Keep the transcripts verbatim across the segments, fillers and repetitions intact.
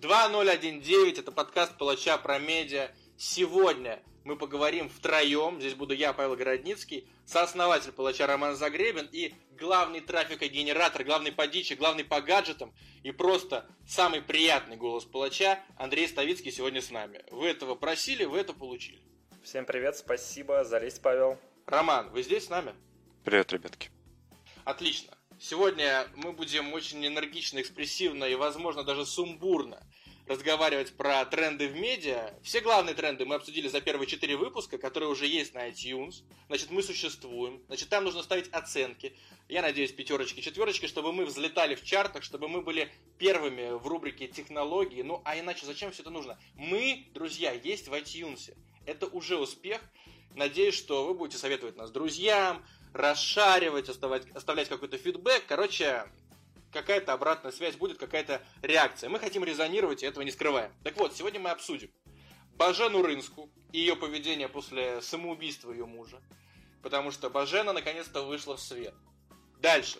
два ноль один девять, это подкаст Палача про медиа. Сегодня мы поговорим втроем, здесь буду я, Павел Городницкий, сооснователь Палача Роман Загребин и главный трафикогенератор, главный по дичи, главный по гаджетам и просто самый приятный голос Палача Андрей Ставицкий сегодня с нами. Вы этого просили, вы это получили. Всем привет, спасибо, залезть, Павел. Роман, вы здесь с нами? Привет, ребятки. Отлично. Сегодня мы будем очень энергично, экспрессивно и, возможно, даже сумбурно разговаривать про тренды в медиа. Все главные тренды мы обсудили за первые четыре выпуска, которые уже есть на iTunes. Значит, мы существуем. Значит, там нужно ставить оценки. Я надеюсь, пятерочки, четверочки, чтобы мы взлетали в чартах, чтобы мы были первыми в рубрике технологии. Ну, а иначе зачем все это нужно? Мы, друзья, есть в iTunes. Это уже успех. Надеюсь, что вы будете советовать нас друзьям, расшаривать, оставлять, оставлять какой-то фидбэк. Короче, какая-то обратная связь будет, какая-то реакция. Мы хотим резонировать и этого не скрываем. Так вот, сегодня мы обсудим Божену Рынску и ее поведение после самоубийства ее мужа. Потому что Божена наконец-то вышла в свет. Дальше.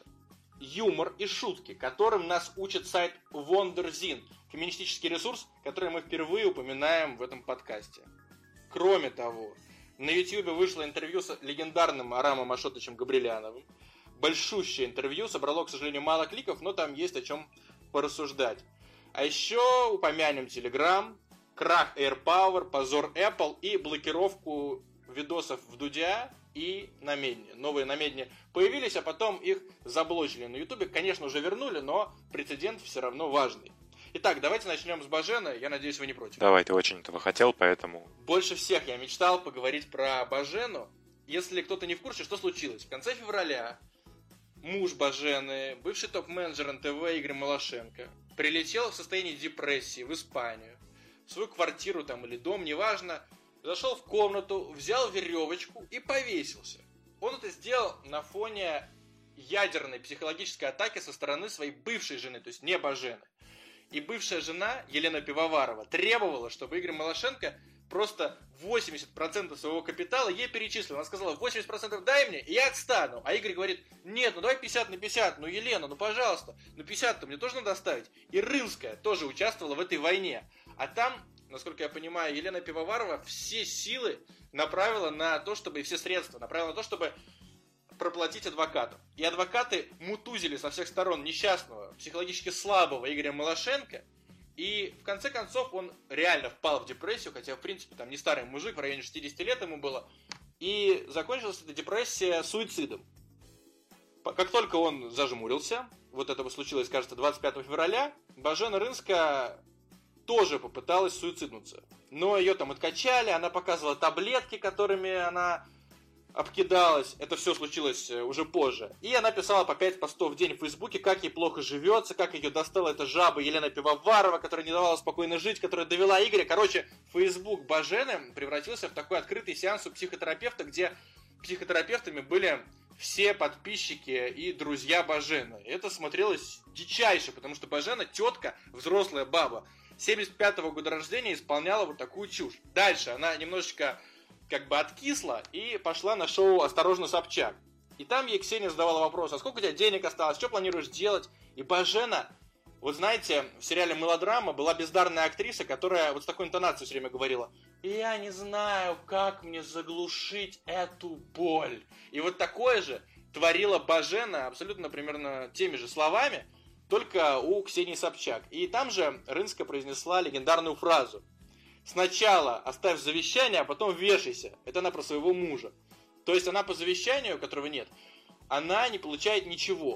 Юмор и шутки, которым нас учит сайт Wonderzine. Феминистический ресурс, который мы впервые упоминаем в этом подкасте. Кроме того, на YouTube вышло интервью с легендарным Арамом Ашотовичем Габриляновым. Большущее интервью, собрало, к сожалению, мало кликов, но там есть о чем порассуждать. А еще упомянем Telegram, крах AirPower, позор Apple и блокировку видосов в Дудя и на Медне. Новые на Медне появились, а потом их заблочили на YouTube. Конечно, уже вернули, но прецедент все равно важный. Итак, давайте начнем с Божены. Я надеюсь, вы не против. Давай, ты очень этого хотел, поэтому... Больше всех я мечтал поговорить про Божену. Если кто-то не в курсе, что случилось? В конце февраля муж Божены, бывший топ-менеджер эн тэ вэ Игорь Малашенко, прилетел в состоянии депрессии в Испанию, в свою квартиру там или дом, неважно, зашел в комнату, взял веревочку и повесился. Он это сделал на фоне ядерной психологической атаки со стороны своей бывшей жены, то есть не Божены. И бывшая жена, Елена Пивоварова, требовала, чтобы Игорь Малашенко просто восемьдесят процентов своего капитала ей перечислил. Она сказала, восемьдесят процентов дай мне, и я отстану. А Игорь говорит, нет, ну давай пятьдесят на пятьдесят, ну Елена, ну пожалуйста, ну пятьдесят-то мне тоже надо оставить. И Рынская тоже участвовала в этой войне. А там, насколько я понимаю, Елена Пивоварова все силы направила на то, чтобы, и все средства направила на то, чтобы проплатить адвокатам. И адвокаты мутузили со всех сторон несчастного, психологически слабого Игоря Малашенко. И в конце концов он реально впал в депрессию, хотя в принципе там не старый мужик, в районе шестидесяти лет ему было. И закончилась эта депрессия суицидом. Как только он зажмурился, вот это случилось, кажется, двадцать пятого февраля, Божена Рынская тоже попыталась суициднуться. Но ее там откачали, она показывала таблетки, которыми она обкидалась. Это все случилось уже позже. И она писала по пять постов в день в Фейсбуке, как ей плохо живется, как ее достала эта жаба Елена Пивоварова, которая не давала спокойно жить, которая довела Игоря. Короче, Фейсбук Божены превратился в такой открытый сеанс у психотерапевта, где психотерапевтами были все подписчики и друзья Божены. И это смотрелось дичайше, потому что Божена, тетка, взрослая баба, семьдесят пятого года рождения, исполняла вот такую чушь. Дальше она немножечко как бы откисла и пошла на шоу «Осторожно, Собчак». И там ей Ксения задавала вопрос, а сколько у тебя денег осталось, что планируешь делать? И Божена, вот знаете, в сериале «Мелодрама» была бездарная актриса, которая вот с такой интонацией все время говорила, я не знаю, как мне заглушить эту боль. И вот такое же творила Божена абсолютно примерно теми же словами, только у Ксении Собчак. И там же Рынская произнесла легендарную фразу: сначала оставь завещание, а потом вешайся. Это она про своего мужа. То есть она по завещанию, которого нет, она не получает ничего.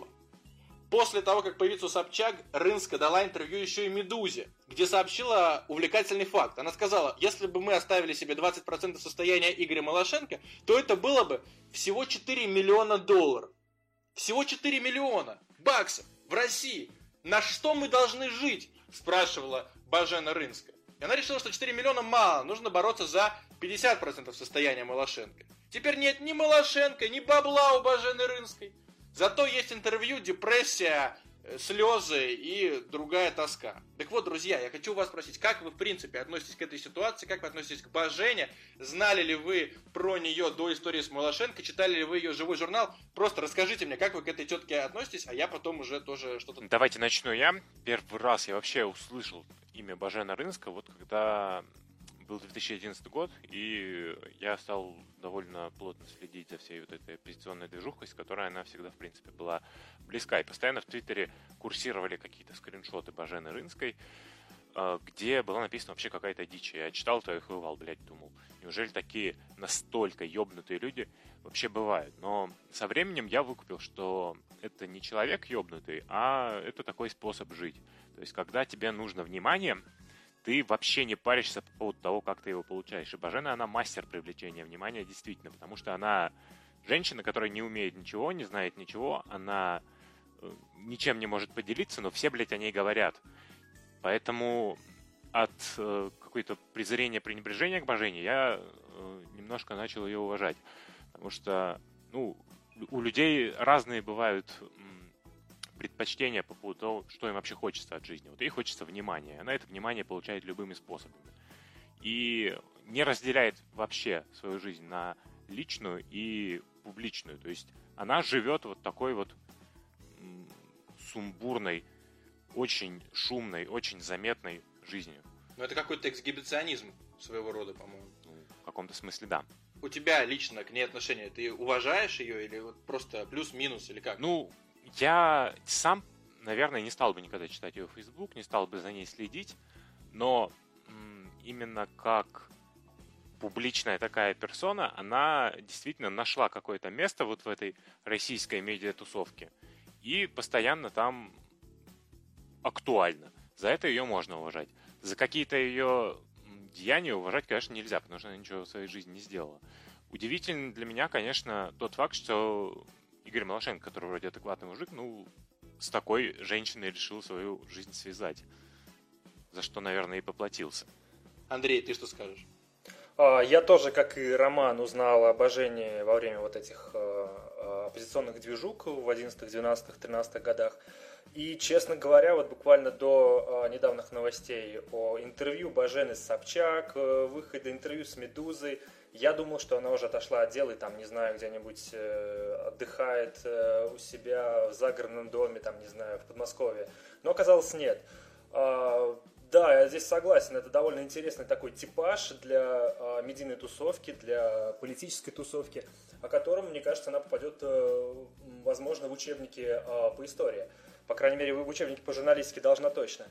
После того, как появится у Собчак, Рынская дала интервью еще и «Медузе», где сообщила увлекательный факт. Она сказала, если бы мы оставили себе двадцать процентов состояния Игоря Малашенко, то это было бы всего четыре миллиона долларов. Всего четыре миллиона баксов в России. На что мы должны жить? Спрашивала Божена Рынская. И она решила, что четыре миллиона мало, нужно бороться за пятьдесят процентов состояния Малашенко. Теперь нет ни Малашенко, ни бабла у Божены Рынской. Зато есть интервью, депрессия, слезы и другая тоска. Так вот, друзья, я хочу вас спросить, как вы в принципе относитесь к этой ситуации, как вы относитесь к Божене, знали ли вы про нее до истории с Малашенко, читали ли вы ее живой журнал, просто расскажите мне, как вы к этой тетке относитесь, а я потом уже тоже что-то... Давайте начну я. Первый раз я вообще услышал имя Божена Рынска, вот когда был две тысячи одиннадцатый год, и я стал довольно плотно следить за всей вот этой оппозиционной движухой, с которой она всегда, в принципе, была близка. И постоянно в Твиттере курсировали какие-то скриншоты Божены Рынской, где была написана вообще какая-то дичь. Я читал, то их вывал, блядь, думал, неужели такие настолько ёбнутые люди вообще бывают? Но со временем я выкупил, что это не человек ёбнутый, а это такой способ жить. То есть, когда тебе нужно внимание, ты вообще не паришься по поводу того, как ты его получаешь. И Божена, она мастер привлечения внимания, действительно, потому что она женщина, которая не умеет ничего, не знает ничего, она ничем не может поделиться, но все, блядь, о ней говорят. Поэтому от э, какой-то презрения, пренебрежения к Божене я э, немножко начал ее уважать. Потому что, ну, у людей разные бывают м, предпочтения по поводу того, что им вообще хочется от жизни. Вот ей хочется внимания. Она это внимание получает любыми способами. И не разделяет вообще свою жизнь на личную и публичную. То есть она живет вот такой вот м, сумбурной, очень шумной, очень заметной жизнью. Ну, это какой-то эксгибиционизм своего рода, по-моему. Ну, в каком-то смысле, да. У тебя лично к ней отношение? Ты уважаешь ее или вот просто плюс-минус, или как? Ну, я сам, наверное, не стал бы никогда читать ее в Facebook, не стал бы за ней следить, но м, именно как публичная такая персона, она действительно нашла какое-то место вот в этой российской медиатусовке и постоянно там актуально. За это ее можно уважать. За какие-то ее деяния уважать, конечно, нельзя, потому что она ничего в своей жизни не сделала. Удивительно для меня, конечно, тот факт, что Игорь Малашенко, который вроде адекватный мужик, ну, с такой женщиной решил свою жизнь связать. За что, наверное, и поплатился. Андрей, ты что скажешь? Я тоже, как и Роман, узнал о Божене во время вот этих оппозиционных движук в одиннадцатых, двенадцатых, тринадцатых годах. И, честно говоря, вот буквально до э, недавних новостей о интервью Божены с Собчак, э, выхода интервью с Медузой, я думал, что она уже отошла от дела и там, не знаю, где-нибудь э, отдыхает э, у себя в загородном доме, там, не знаю, в Подмосковье. Но оказалось, нет. Э, да, я здесь согласен, это довольно интересный такой типаж для э, медийной тусовки, для политической тусовки, о котором, мне кажется, она попадет, э, возможно, в учебники э, по истории. По крайней мере, в учебнике по журналистике должна точно.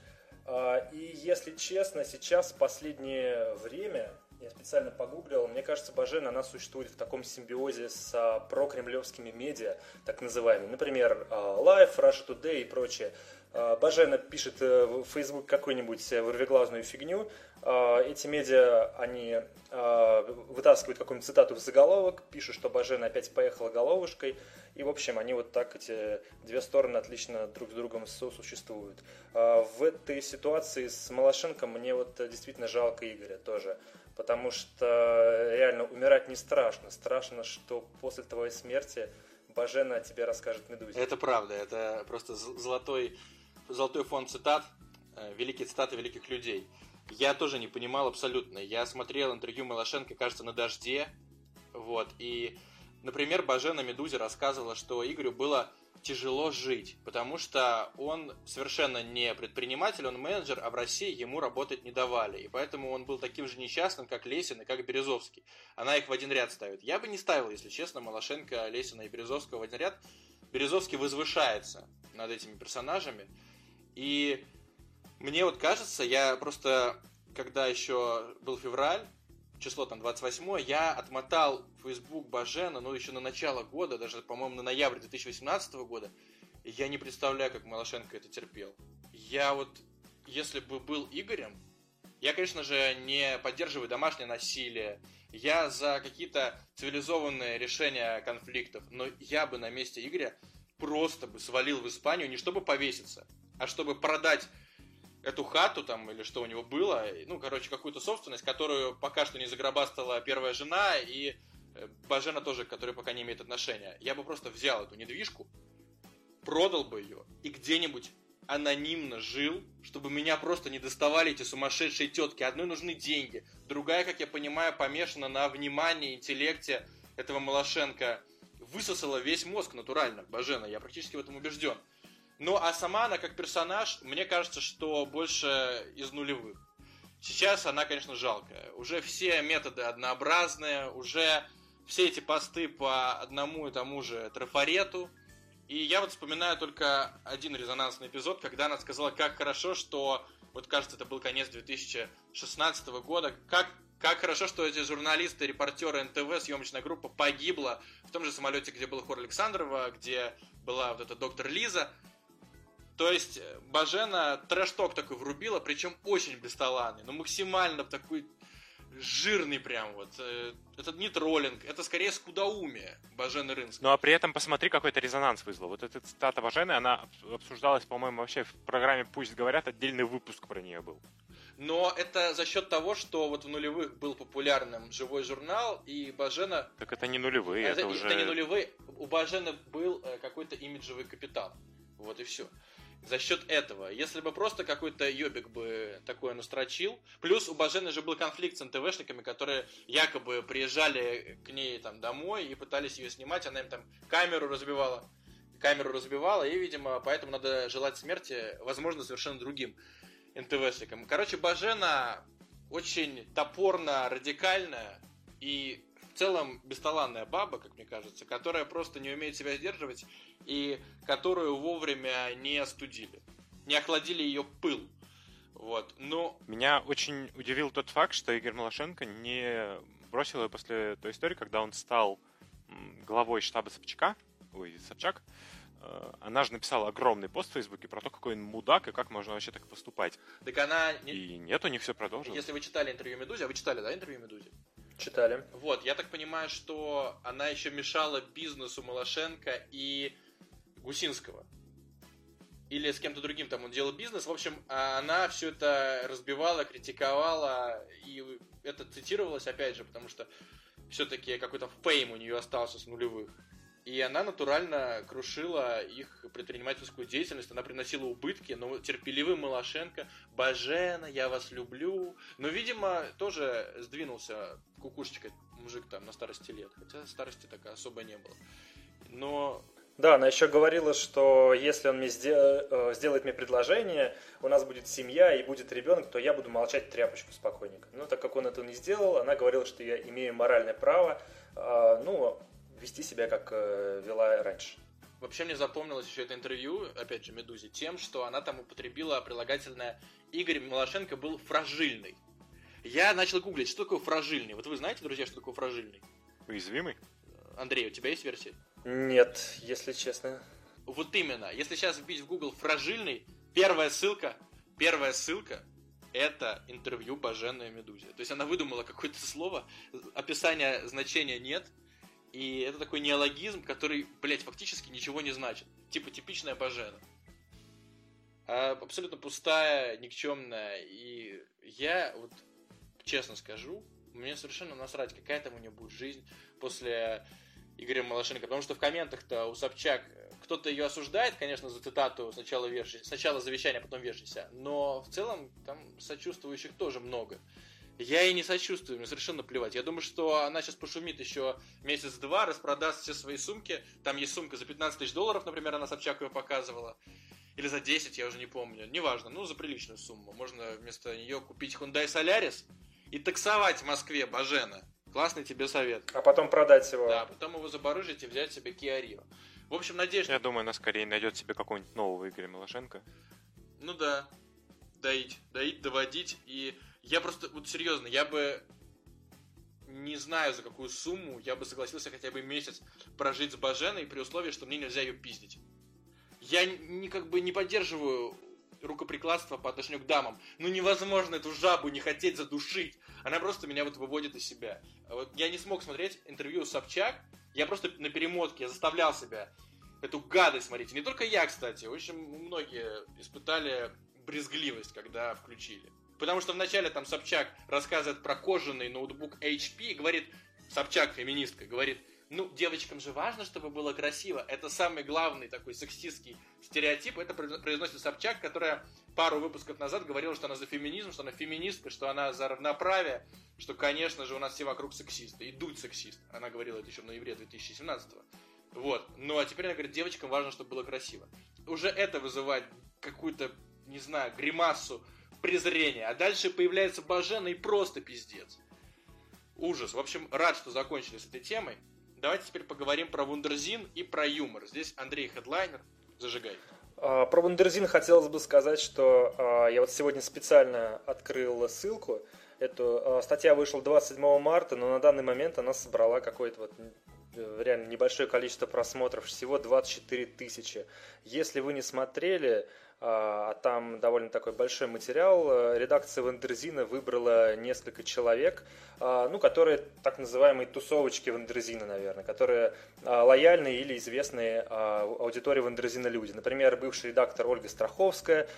И если честно, сейчас в последнее время, я специально погуглил, мне кажется, Божена, она существует в таком симбиозе с прокремлевскими медиа, так называемыми. Например, Life, Russia Today и прочее. Божена пишет в Facebook какую-нибудь вырвиглазную фигню. Эти медиа, они вытаскивают какую-нибудь цитату в заголовок, пишут, что Божена опять поехала головушкой. И, в общем, они вот так, эти две стороны, отлично друг с другом сосуществуют. В этой ситуации с Малашенко мне вот действительно жалко Игоря тоже. Потому что реально умирать не страшно. Страшно, что после твоей смерти Божена о тебе расскажет Медузе. Это правда. Это просто золотой, золотой фонд цитат, великие цитаты великих людей. Я тоже не понимал абсолютно. Я смотрел интервью Малашенко, кажется, на «Дожде». Вот, и... Например, Божена Медузе рассказывала, что Игорю было тяжело жить, потому что он совершенно не предприниматель, он менеджер, а в России ему работать не давали. И поэтому он был таким же несчастным, как Лесин и как Березовский. Она их в один ряд ставит. Я бы не ставил, если честно, Малашенко, Лесина и Березовского в один ряд. Березовский возвышается над этими персонажами. И мне вот кажется, я просто, когда еще был февраль, число там двадцать восьмое, я отмотал Facebook Божена, ну, еще на начало года, даже, по-моему, на ноябрь две тысячи восемнадцатого года, и я не представляю, как Малашенко это терпел. Я вот, если бы был Игорем, я, конечно же, не поддерживаю домашнее насилие, я за какие-то цивилизованные решения конфликтов, но я бы на месте Игоря просто бы свалил в Испанию не чтобы повеситься, а чтобы продать эту хату там, или что у него было, ну, короче, какую-то собственность, которую пока что не загробастала первая жена, и Божена тоже, которая пока не имеет отношения. Я бы просто взял эту недвижку, продал бы ее, и где-нибудь анонимно жил, чтобы меня просто не доставали эти сумасшедшие тетки. Одной нужны деньги, другая, как я понимаю, помешана на внимании, интеллекте этого Малашенко. Высосала весь мозг натурально, Божена, я практически в этом убежден. Ну, а сама она как персонаж, мне кажется, что больше из нулевых. Сейчас она, конечно, жалкая. Уже все методы однообразные, уже все эти посты по одному и тому же трафарету. И я вот вспоминаю только один резонансный эпизод, когда она сказала, как хорошо, что... Вот, кажется, это был конец две тысячи шестнадцатого года. Как, как хорошо, что эти журналисты, репортеры эн тэ вэ, съемочная группа погибла в том же самолете, где был хор Александрова, где была вот эта доктор Лиза. То есть Бажена трэш-ток такой врубила, причем очень бесталанный, но максимально такой жирный прям вот. Это не троллинг, это скорее скудоумие Бажены Рынской. Ну а при этом посмотри, какой это резонанс вызвал. Вот эта цитата Бажены, она обсуждалась, по-моему, вообще в программе «Пусть говорят», отдельный выпуск про нее был. Но это за счет того, что вот в нулевых был популярным живой журнал, и Бажена... Так это не нулевые, это, это уже... Это не нулевые, у Бажены был какой-то имиджевый капитал. Вот и все. За счет этого. Если бы просто какой-то ёбик бы такое настрочил. Плюс у Бажены же был конфликт с эн тэ вэ-шниками, которые якобы приезжали к ней там домой и пытались ее снимать. Она им там камеру разбивала. Камеру разбивала, и, видимо, поэтому надо желать смерти, возможно, совершенно другим эн тэ вэ-шникам. Короче, Бажена очень топорно, радикальная и в целом бесталанная баба, как мне кажется, которая просто не умеет себя сдерживать и которую вовремя не остудили, не охладили ее пыл. Вот. Но... Меня очень удивил тот факт, что Игорь Малашенко не бросил ее после той истории, когда он стал главой штаба Собчака, ой, Собчак. Она же написала огромный пост в Фейсбуке про то, какой он мудак и как можно вообще так поступать. Так она... И нет, у них все продолжилось. Если вы читали интервью Медузе, а вы читали, да, интервью Медузе? Читали. Вот, я так понимаю, что она еще мешала бизнесу Малашенко и Гусинского. Или с кем-то другим там он делал бизнес. В общем, она все это разбивала, критиковала. И это цитировалось, опять же, потому что все-таки какой-то фейм у нее остался с нулевых. И она натурально крушила их предпринимательскую деятельность. Она приносила убытки, но терпеливый Малашенко: Бажена, я вас люблю. Но, видимо, тоже сдвинулся кукушечкой мужик там на старости лет. Хотя старости такой особо не было. Но... Да, она еще говорила, что если он мне сдел... сделает мне предложение, у нас будет семья и будет ребенок, то я буду молчать тряпочку спокойненько. Но так как он этого не сделал, она говорила, что я имею моральное право, ну... вести себя, как э, вела раньше. Вообще мне запомнилось еще это интервью, опять же, Медузе, тем, что она там употребила прилагательное «Игорь Малашенко был фрагильный». Я начал гуглить, что такое фрагильный. Вот вы знаете, друзья, что такое фрагильный? Уязвимый? Андрей, у тебя есть версия? Нет, если честно. Вот именно. Если сейчас вбить в Google «фрагильный», первая ссылка, первая ссылка — это интервью Бажены Медузе. То есть она выдумала какое-то слово, описания значения нет. И это такой неологизм, который, блять, фактически ничего не значит. Типа типичная Бажена. А абсолютно пустая, никчемная. И я, вот, честно скажу, мне совершенно насрать, какая там у нее будет жизнь после Игоря Малашенко. Потому что в комментах-то у Собчак кто-то ее осуждает, конечно, за цитату «сначала, вешай, сначала завещание, а потом вешайся». Но в целом там сочувствующих тоже много. Я ей не сочувствую, мне совершенно плевать. Я думаю, что она сейчас пошумит еще месяц-два, распродаст все свои сумки. Там есть сумка за пятнадцать тысяч долларов, например, она Собчак ее показывала. Или за десять, я уже не помню. Неважно, ну за приличную сумму. Можно вместо нее купить Hyundai Solaris и таксовать в Москве, Бажена. Классный тебе совет. А потом продать его. Да, потом его забарыжить и взять себе Kia Rio. В общем, надеюсь... Я думаю, она скорее найдет себе какого-нибудь нового Игоря Малашенко. Ну да. Доить, доить, доводить. И я просто, вот серьезно, я бы не знаю, за какую сумму я бы согласился хотя бы месяц прожить с Баженой при условии, что мне нельзя ее пиздить. Я не, как бы не поддерживаю рукоприкладство по отношению к дамам. Ну невозможно эту жабу не хотеть задушить. Она просто меня вот выводит из себя. Вот я не смог смотреть интервью с Собчак. Я просто на перемотке, я заставлял себя эту гадость смотреть. Не только я, кстати. Очень многие испытали брезгливость, когда включили. Потому что вначале там Собчак рассказывает про кожаный ноутбук эйч пи и говорит, Собчак, феминистка, говорит, ну, девочкам же важно, чтобы было красиво. Это самый главный такой сексистский стереотип. Это произносит Собчак, которая пару выпусков назад говорила, что она за феминизм, что она феминистка, что она за равноправие, что, конечно же, у нас все вокруг сексисты. И дуть сексист. Она говорила это еще в ноябре две тысячи семнадцатого. Вот. Ну, а теперь она говорит, девочкам важно, чтобы было красиво. уже это вызывает какую-то, не знаю, гримасу презрения. А дальше появляется Бажена и просто пиздец. Ужас. В общем, рад, что закончили с этой темой. Давайте теперь поговорим про вундерзин и про юмор. Здесь Андрей Хедлайнер. Зажигай. Про вундерзин хотелось бы сказать, что я вот сегодня специально открыл ссылку. Эту статья вышла двадцать седьмого марта, но на данный момент она собрала какое-то вот реально небольшое количество просмотров, всего двадцать четыре тысячи. Если вы не смотрели, а там довольно такой большой материал, редакция Вундерзина выбрала несколько человек, ну, которые так называемые тусовочки Вундерзина, наверное, которые лояльные или известные аудитории Вундерзина люди. Например, бывший редактор Ольга Страховская,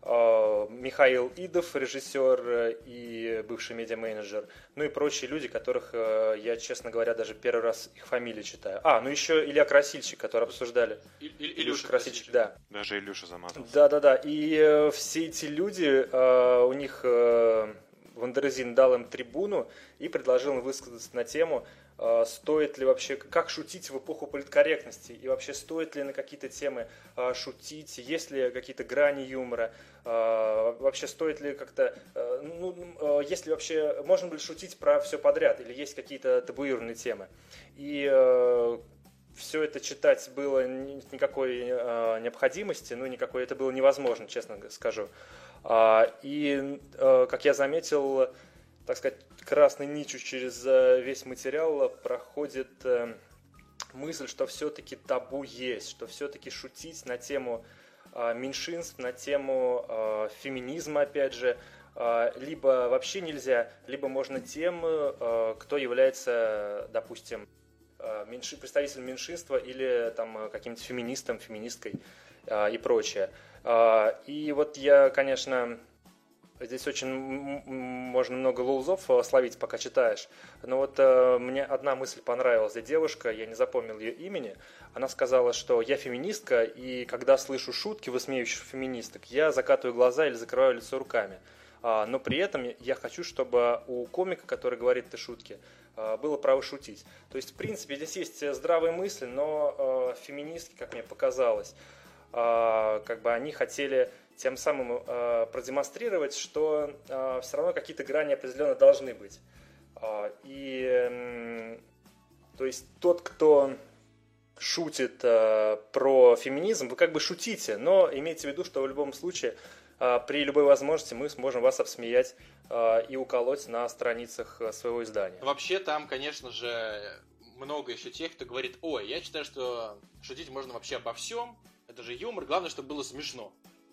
Михаил Идов, режиссер и бывший медиа-менеджер, ну и прочие люди, которых я, честно говоря, даже первый раз их фамилии читаю. А, ну еще Илья Красильщик, который обсуждали. И, и, Илюша Красильщик, да. Даже Илюша замазался. Да-да-да, и э, все эти люди, э, у них э, Вундерзин дал им трибуну и предложил им высказаться на тему, э, стоит ли вообще, как шутить в эпоху политкорректности, и вообще стоит ли на какие-то темы э, шутить, есть ли какие-то грани юмора, э, вообще стоит ли как-то, э, ну, э, есть ли вообще, можно ли шутить про все подряд, или есть какие-то табуированные темы. И э, все это читать было никакой э, необходимости, ну, никакой, это было невозможно, честно скажу. А, и, э, как я заметил, так сказать, красной нитью через весь материал проходит э, мысль, что все-таки табу есть, что все-таки шутить на тему э, меньшинств, на тему э, феминизма, опять же, э, либо вообще нельзя, либо можно тем, э, кто является, допустим, меньши, представителем меньшинства или там каким-то феминистом, феминисткой а, и прочее. А, и вот я, конечно, здесь очень можно много лулзов словить, пока читаешь, но вот а, мне одна мысль понравилась. Где девушка, я не запомнил ее имени, она сказала, что я феминистка, и когда слышу шутки высмеивающих феминисток, я закатываю глаза или закрываю лицо руками. А, но при этом я хочу, чтобы у комика, который говорит эти шутки, было право шутить. То есть, в принципе, здесь есть здравые мысли, но э, феминистки, как мне показалось, э, как бы они хотели тем самым э, продемонстрировать, что э, все равно какие-то грани определенно должны быть. Э, и, э, то есть, тот, кто шутит э, про феминизм, вы как бы шутите, но имейте в виду, что в любом случае э, при любой возможности мы сможем вас обсмеять и уколоть на страницах своего издания. Вообще там, конечно же, много еще тех, кто говорит: ой, я считаю, что шутить можно вообще обо всем, это же юмор, главное, чтобы было смешно.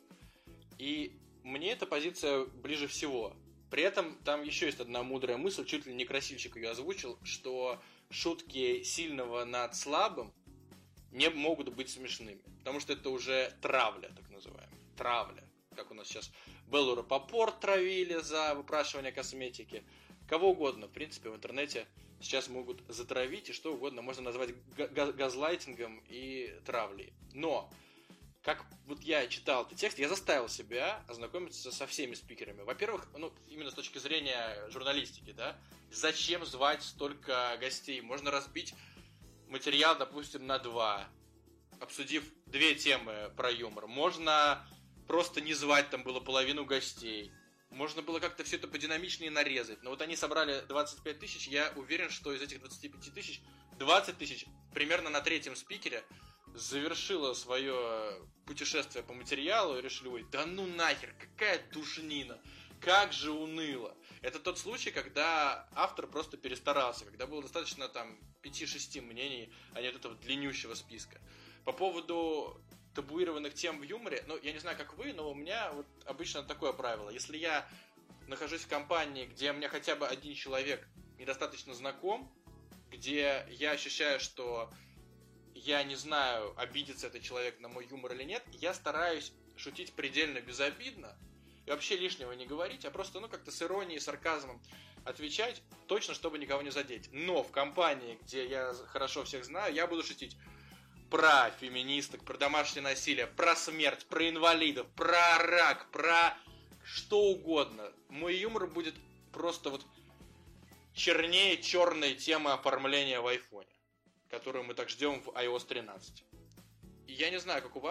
И мне эта позиция ближе всего. При этом там еще есть одна мудрая мысль, чуть ли не Красильщик ее озвучил, что шутки сильного над слабым не могут быть смешными, потому что это уже травля, так называемая. Травля. Как у нас сейчас Беллу Рапопорт травили за выпрашивание косметики. Кого угодно, в принципе, в интернете сейчас могут затравить, и что угодно можно назвать газлайтингом и травлей. Но, как вот я читал этот текст, я заставил себя ознакомиться со всеми спикерами. Во-первых, ну, именно с точки зрения журналистики, да, зачем звать столько гостей? Можно разбить материал, допустим, на два, обсудив две темы про юмор. Можно просто не звать, там было половину гостей. Можно было как-то все это подинамичнее нарезать. Но вот они собрали двадцать пять тысяч. Я уверен, что из этих двадцати пяти тысяч двадцать тысяч примерно на третьем спикере завершило свое путешествие по материалу и решили: ой, да ну нахер, какая душнина, как же уныло. Это тот случай, когда автор просто перестарался, когда было достаточно там пяти-шести мнений, а не вот этого длиннющего списка. По поводу табуированных тем в юморе, ну, я не знаю, как вы, но у меня вот обычно такое правило. Если я нахожусь в компании, где мне хотя бы один человек недостаточно знаком, где я ощущаю, что я не знаю, обидится этот человек на мой юмор или нет, я стараюсь шутить предельно безобидно и вообще лишнего не говорить, а просто, ну, как-то с иронией, сарказмом отвечать, точно, чтобы никого не задеть. Но в компании, где я хорошо всех знаю, я буду шутить про феминисток, про домашнее насилие, про смерть, про инвалидов, про рак, про что угодно. Мой юмор будет просто вот чернее черной темы оформления в айфоне, которую мы так ждем в ай о эс тринадцать. И я не знаю, как у вас,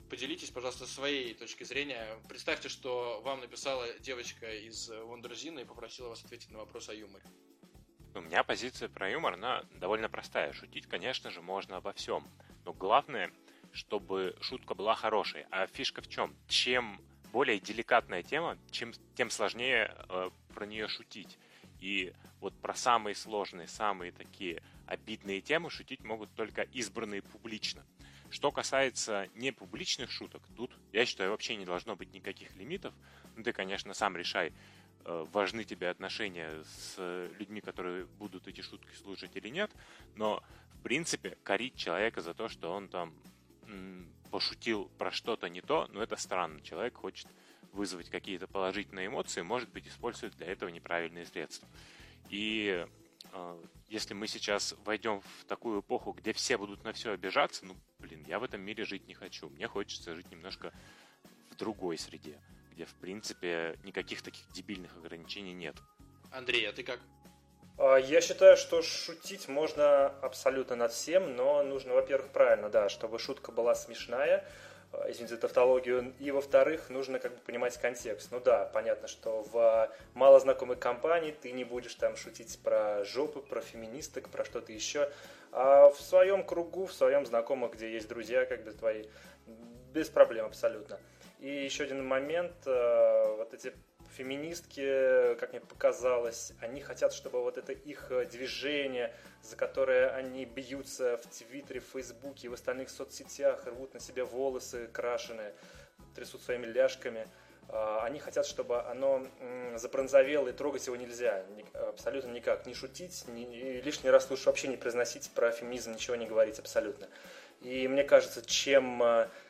поделитесь, пожалуйста, своей точкой зрения. Представьте, что вам написала девочка из Wonderzine и попросила вас ответить на вопрос о юморе. У меня позиция про юмор, она довольно простая. Шутить, конечно же, можно обо всем. Но главное, чтобы шутка была хорошей. А фишка в чем? Чем более деликатная тема, чем, тем сложнее э, про нее шутить. И вот про самые сложные, самые такие обидные темы шутить могут только избранные публично. Что касается непубличных шуток, тут, я считаю, вообще не должно быть никаких лимитов. Ну, ты, конечно, сам решай, э, важны тебе отношения с людьми, которые будут эти шутки слушать или нет. Но, в принципе, корить человека за то, что он там м- пошутил про что-то не то, ну, это странно. Человек хочет вызвать какие-то положительные эмоции, может быть, использует для этого неправильные средства. И э, если мы сейчас войдем в такую эпоху, где все будут на все обижаться, ну, блин, я в этом мире жить не хочу. Мне хочется жить немножко в другой среде, где, в принципе, никаких таких дебильных ограничений нет. Андрей, а ты как? Я считаю, что шутить можно абсолютно над всем, но нужно, во-первых, правильно, да, чтобы шутка была смешная, извините за тавтологию, и, во-вторых, нужно как бы понимать контекст. Ну да, понятно, что в малознакомой компании ты не будешь там шутить про жопы, про феминисток, про что-то еще, а в своем кругу, в своем знакомых, где есть друзья, как бы твои, без проблем абсолютно. И еще один момент, вот эти феминистки, как мне показалось, они хотят, чтобы вот это их движение, за которое они бьются в Твиттере, в Фейсбуке и в остальных соцсетях, рвут на себе волосы крашеные, трясут своими ляжками, они хотят, чтобы оно забронзовело и трогать его нельзя, абсолютно никак. Не шутить, не, лишний раз лучше вообще не произносить про феминизм, ничего не говорить абсолютно. И мне кажется, чем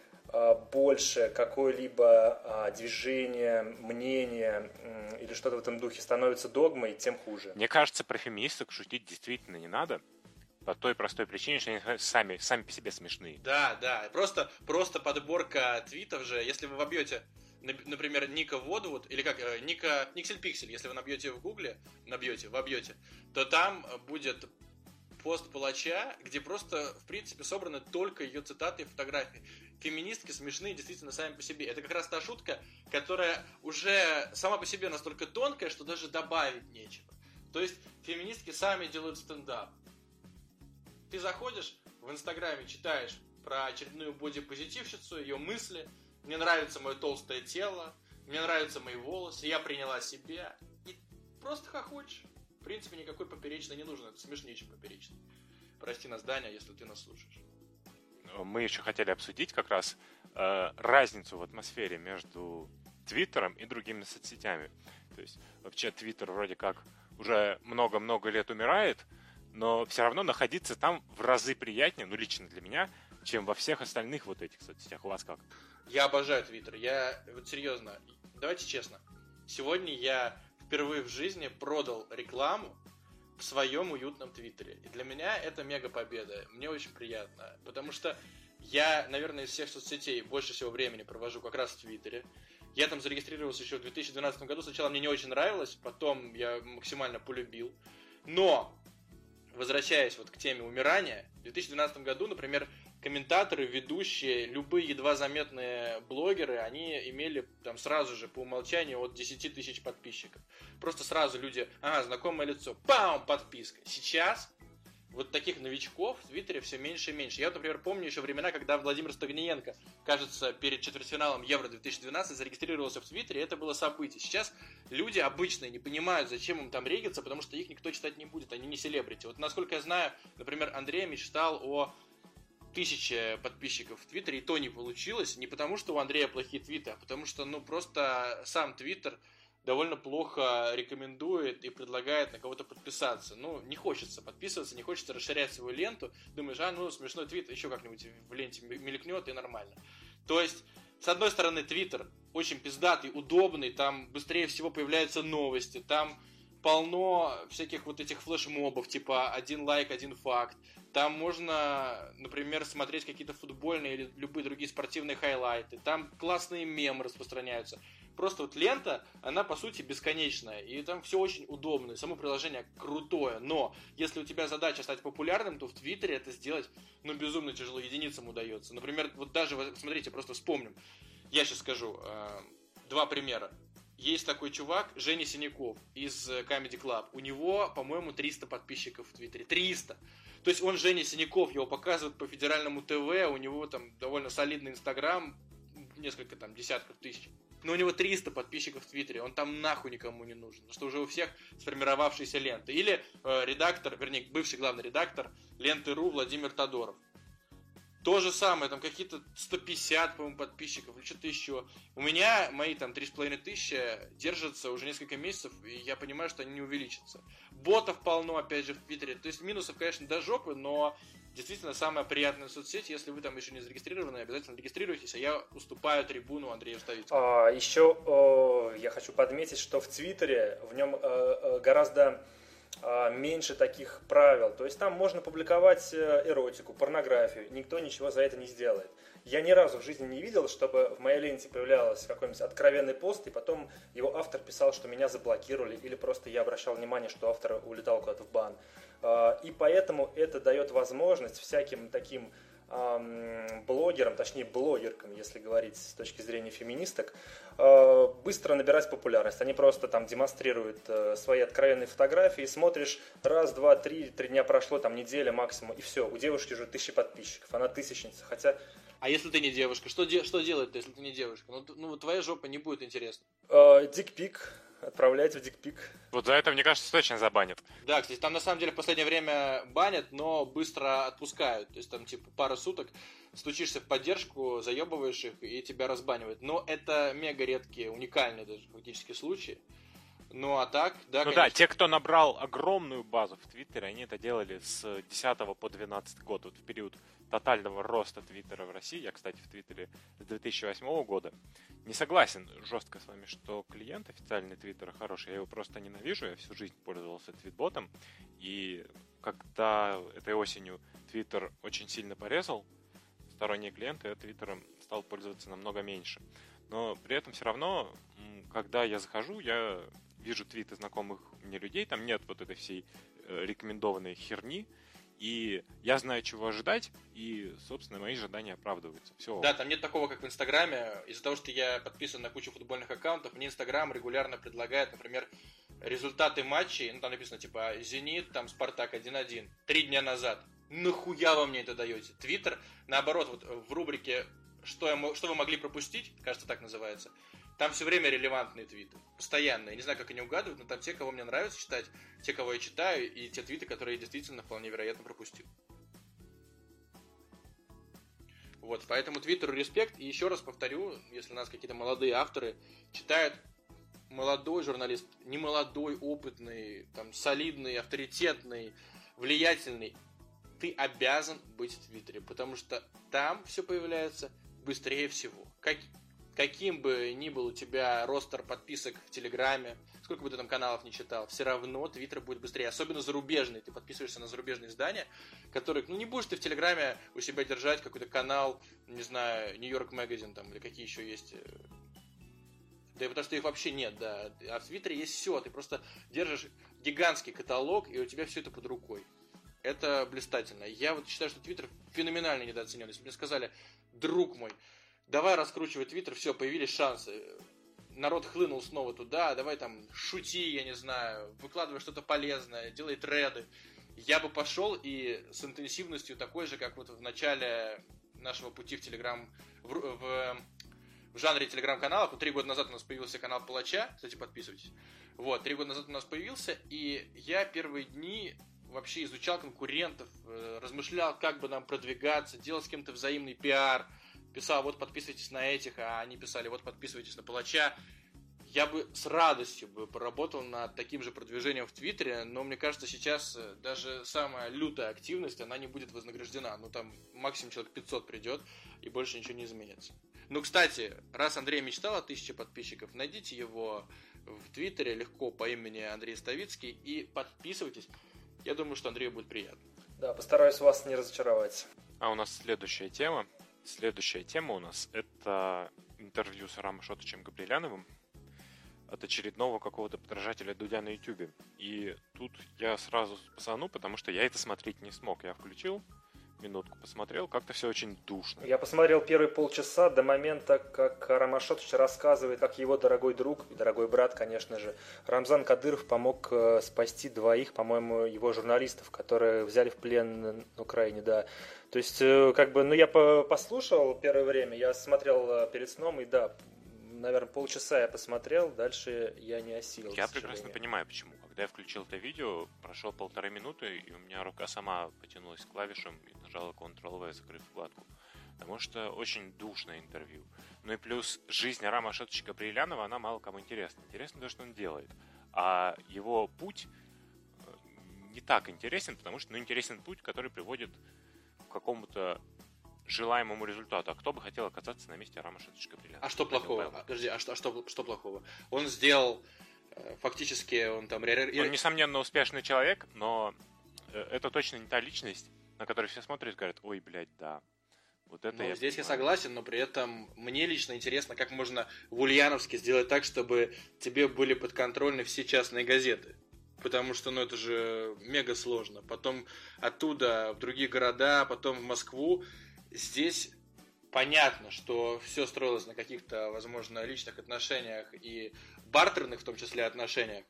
больше какое-либо движение, мнение или что-то в этом духе становится догмой, тем хуже. Мне кажется, про феминисток шутить действительно не надо. По той простой причине, что они сами, сами по себе смешные. Да, да. Просто, просто подборка твитов же, если вы вобьете, например, Ника Водвуд, или как, Ника, Никсель-Пиксель, если вы набьете в гугле, набьете, вобьете, то там будет пост палача, где просто, в принципе, собраны только ее цитаты и фотографии. Феминистки смешные действительно сами по себе. Это как раз та шутка, которая уже сама по себе настолько тонкая, что даже добавить нечего. То есть феминистки сами делают стендап. Ты заходишь в Инстаграме, читаешь про очередную бодипозитивщицу, ее мысли. Мне нравится мое толстое тело, мне нравятся мои волосы, я приняла себя. И просто хохочешь. В принципе, никакой поперечный не нужен. Это смешнее, чем поперечный. Прости нас, Даня, если ты нас слушаешь. Мы еще хотели обсудить как раз э, разницу в атмосфере между Твиттером и другими соцсетями. То есть вообще Твиттер вроде как уже много-много лет умирает, но все равно находиться там в разы приятнее, ну лично для меня, чем во всех остальных вот этих соцсетях. У вас как? Я обожаю Твиттер. Я, вот серьезно, давайте честно. Сегодня я впервые в жизни продал рекламу в своем уютном Твиттере. И для меня это мега победа. Мне очень приятно. Потому что я, наверное, из всех соцсетей больше всего времени провожу как раз в Твиттере. Я там зарегистрировался еще в две тысячи двенадцатом году. Сначала мне не очень нравилось, потом я максимально полюбил. Но, возвращаясь вот к теме умирания, в две тысячи двенадцатом году, например, комментаторы, ведущие, любые едва заметные блогеры, они имели там сразу же по умолчанию от десять тысяч подписчиков. Просто сразу люди, ага, знакомое лицо, пам, подписка. Сейчас вот таких новичков в Твиттере все меньше и меньше. Я, вот, например, помню еще времена, когда Владимир Стогниенко, кажется, перед четвертьфиналом Евро две тысячи двенадцать зарегистрировался в Твиттере, и это было событие. Сейчас люди обычные не понимают, зачем им там регаться, потому что их никто читать не будет, они не селебрити. Вот насколько я знаю, например, Андрей мечтал о тысяче подписчиков в Твиттере, и то не получилось, не потому что у Андрея плохие твиты, а потому что, ну, просто сам Твиттер довольно плохо рекомендует и предлагает на кого-то подписаться. Ну, не хочется подписываться, не хочется расширять свою ленту. Думаешь, а, ну, смешной твит еще как-нибудь в ленте мелькнет, и нормально. То есть, с одной стороны, Твиттер очень пиздатый, удобный, там быстрее всего появляются новости, там полно всяких вот этих флешмобов, типа один лайк, один факт. Там можно, например, смотреть какие-то футбольные или любые другие спортивные хайлайты. Там классные мемы распространяются. просто вот лента, она по сути бесконечная, и там все очень удобно, и само приложение крутое, но если у тебя задача стать популярным, то в Твиттере это сделать, ну, безумно тяжело, единицам удается. Например, вот даже, смотрите, просто вспомним, я сейчас скажу, э, два примера. Есть такой чувак, Женя Синяков из Comedy Club. У него, по-моему, триста подписчиков в Твиттере. триста! То есть он Женя Синяков, его показывают по федеральному ТВ, у него там довольно солидный Инстаграм, несколько там десятков тысяч. Но у него триста подписчиков в Твиттере, он там нахуй никому не нужен, потому что уже у всех сформировавшиеся ленты. Или э, редактор, вернее, бывший главный редактор Ленты.ру Владимир Тодоров. То же самое, там какие-то сто пятьдесят, по-моему, подписчиков или что-то еще. У меня мои там три с половиной тысячи держатся уже несколько месяцев, и я понимаю, что они не увеличатся. Ботов полно, опять же, в Твиттере. То есть минусов, конечно, до жопы, но действительно самая приятная соцсеть. Если вы там еще не зарегистрированы, обязательно регистрируйтесь, а я уступаю трибуну Андрею Ставицкому. А, еще о, я хочу подметить, что в Твиттере в нем э, гораздо меньше таких правил. То есть там можно публиковать эротику, порнографию. Никто ничего за это не сделает. Я ни разу в жизни не видел, чтобы в моей ленте появлялся какой-нибудь откровенный пост, и потом его автор писал, что меня заблокировали, или просто я обращал внимание, что автор улетал куда-то в бан. И поэтому это дает возможность всяким таким блогерам, точнее блогеркам, если говорить с точки зрения феминисток, быстро набирать популярность. Они просто там демонстрируют свои откровенные фотографии, смотришь, раз, два, три, три дня прошло, там неделя максимум, и все, у девушки уже тысячи подписчиков, она тысячница, хотя... А если ты не девушка, что, де- что делать-то, если ты не девушка? Ну, ну твоя жопа не будет интересна. Дикпик. Отправлять в дикпик. Вот за это, мне кажется, точно забанят. Да, кстати, там на самом деле в последнее время банят, но быстро отпускают. То есть там типа пара суток стучишься в поддержку, заебываешь их и тебя разбанивают. Но это мега редкие, уникальные даже фактически случаи. Ну а так, да, Ну конечно. да, те, кто набрал огромную базу в Твиттере, они это делали с десятого по двенадцатый год, вот в период тотального роста Твиттера в России. Я, кстати, в Твиттере с две тысячи восьмого года. Не согласен жестко с вами, что клиент официальный Твиттера хороший. Я его просто ненавижу, я всю жизнь пользовался твитботом. И когда этой осенью Твиттер очень сильно порезал сторонние клиенты, я Твиттером стал пользоваться намного меньше. Но при этом все равно, когда я захожу, я вижу твиты знакомых мне людей, там нет вот этой всей э, рекомендованной херни, и я знаю, чего ожидать, и, собственно, мои ожидания оправдываются. Все. Да, там нет такого, как в Инстаграме. Из-за того, что я подписан на кучу футбольных аккаунтов, мне Инстаграм регулярно предлагает, например, результаты матчей, ну там написано типа «Зенит», там «Спартак» один-один, три дня назад. Нахуя вы мне это даете? Твиттер, наоборот, вот в рубрике «Что, я, что вы могли пропустить», кажется, так называется, там все время релевантные твиты. Постоянно. Я не знаю, как они угадывают, но там те, кого мне нравится читать, те, кого я читаю, и те твиты, которые я действительно вполне вероятно пропустил. Вот, поэтому Твиттеру респект. И еще раз повторю, если нас какие-то молодые авторы читают, молодой журналист, не молодой, опытный, там, солидный, авторитетный, влиятельный, ты обязан быть в Твиттере, потому что там все появляется быстрее всего. Как... Каким бы ни был у тебя ростер подписок в Телеграме, сколько бы ты там каналов не читал, все равно Твиттер будет быстрее. Особенно зарубежный. Ты подписываешься на зарубежные издания, которые... Ну, не будешь ты в Телеграме у себя держать какой-то канал, не знаю, Нью-Йорк Magazine там, или какие еще есть... Да и потому что их вообще нет, да. А в Твиттере есть все. Ты просто держишь гигантский каталог, и у тебя все это под рукой. Это блистательно. Я вот считаю, что Твиттер феноменально недооценен. Если бы мне сказали, друг мой, давай раскручивай Твиттер, все, появились шансы. Народ хлынул снова туда, давай там шути, я не знаю, выкладывай что-то полезное, делай треды. Я бы пошел и с интенсивностью такой же, как вот в начале нашего пути в Телеграм, в, в, в жанре Телеграм-каналов. Вот три года назад у нас появился канал Палача, кстати, подписывайтесь. Вот, три года назад у нас появился, и я первые дни вообще изучал конкурентов, размышлял, как бы нам продвигаться, делал с кем-то взаимный пиар, писал, вот подписывайтесь на этих, а они писали, вот подписывайтесь на Палача. Я бы с радостью бы поработал над таким же продвижением в Твиттере, но мне кажется, сейчас даже самая лютая активность, она не будет вознаграждена. Ну, там максимум человек пятьсот придет, и больше ничего не изменится. Ну, кстати, раз Андрей мечтал о тысяче подписчиков, найдите его в Твиттере легко по имени Андрей Ставицкий и подписывайтесь. Я думаю, что Андрею будет приятно. Да, постараюсь вас не разочаровать. А у нас следующая тема. Следующая тема у нас — это интервью с Арам Ашотовичем Габриляновым. от очередного какого-то подражателя Дудя на Ютубе. И тут я сразу пасану, потому что я это смотреть не смог. Я включил, минутку посмотрел, как-то все очень душно. Я посмотрел первые полчаса до момента, как Ромашотович рассказывает, как его дорогой друг, и дорогой брат, конечно же, Рамзан Кадыров помог э, спасти двоих, по-моему, его журналистов, которые взяли в плен на Украине, да. То есть, э, как бы, ну, я по- послушал первое время, я смотрел э, перед сном, и да, наверное, полчаса я посмотрел, дальше я не осилил. Я прекрасно понимаю, почему. Когда я включил это видео, прошло полторы минуты, и у меня рука сама потянулась к клавишам и нажала контрол-вэ, закрыв вкладку. Потому что очень душное интервью. Ну и плюс жизнь Рама Ашотовича Габриэлянова, она мало кому интересна. Интересно то, что он делает. А его путь не так интересен, потому что ну, интересен путь, который приводит к какому-то желаемому результату. А кто бы хотел оказаться на месте Рама Ашотовича Габриэлянова? А что плохого? А, подожди, а что, а что, что плохого? Он сделал, фактически, он там... Он, несомненно, успешный человек, но это точно не та личность, на которую все смотрят и говорят, ой, блядь, да. Вот это ну, я здесь понимаю. я согласен, но при этом мне лично интересно, как можно в Ульяновске сделать так, чтобы тебе были подконтрольны все частные газеты. Потому что, ну, это же мега сложно. Потом оттуда в другие города, потом в Москву. Здесь понятно, что все строилось на каких-то, возможно, личных отношениях и бартерных, в том числе, отношениях.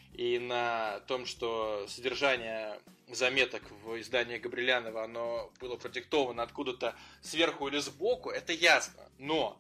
И на том, что содержание заметок в издании Габриэлянова, оно было продиктовано откуда-то сверху или сбоку, это ясно. Но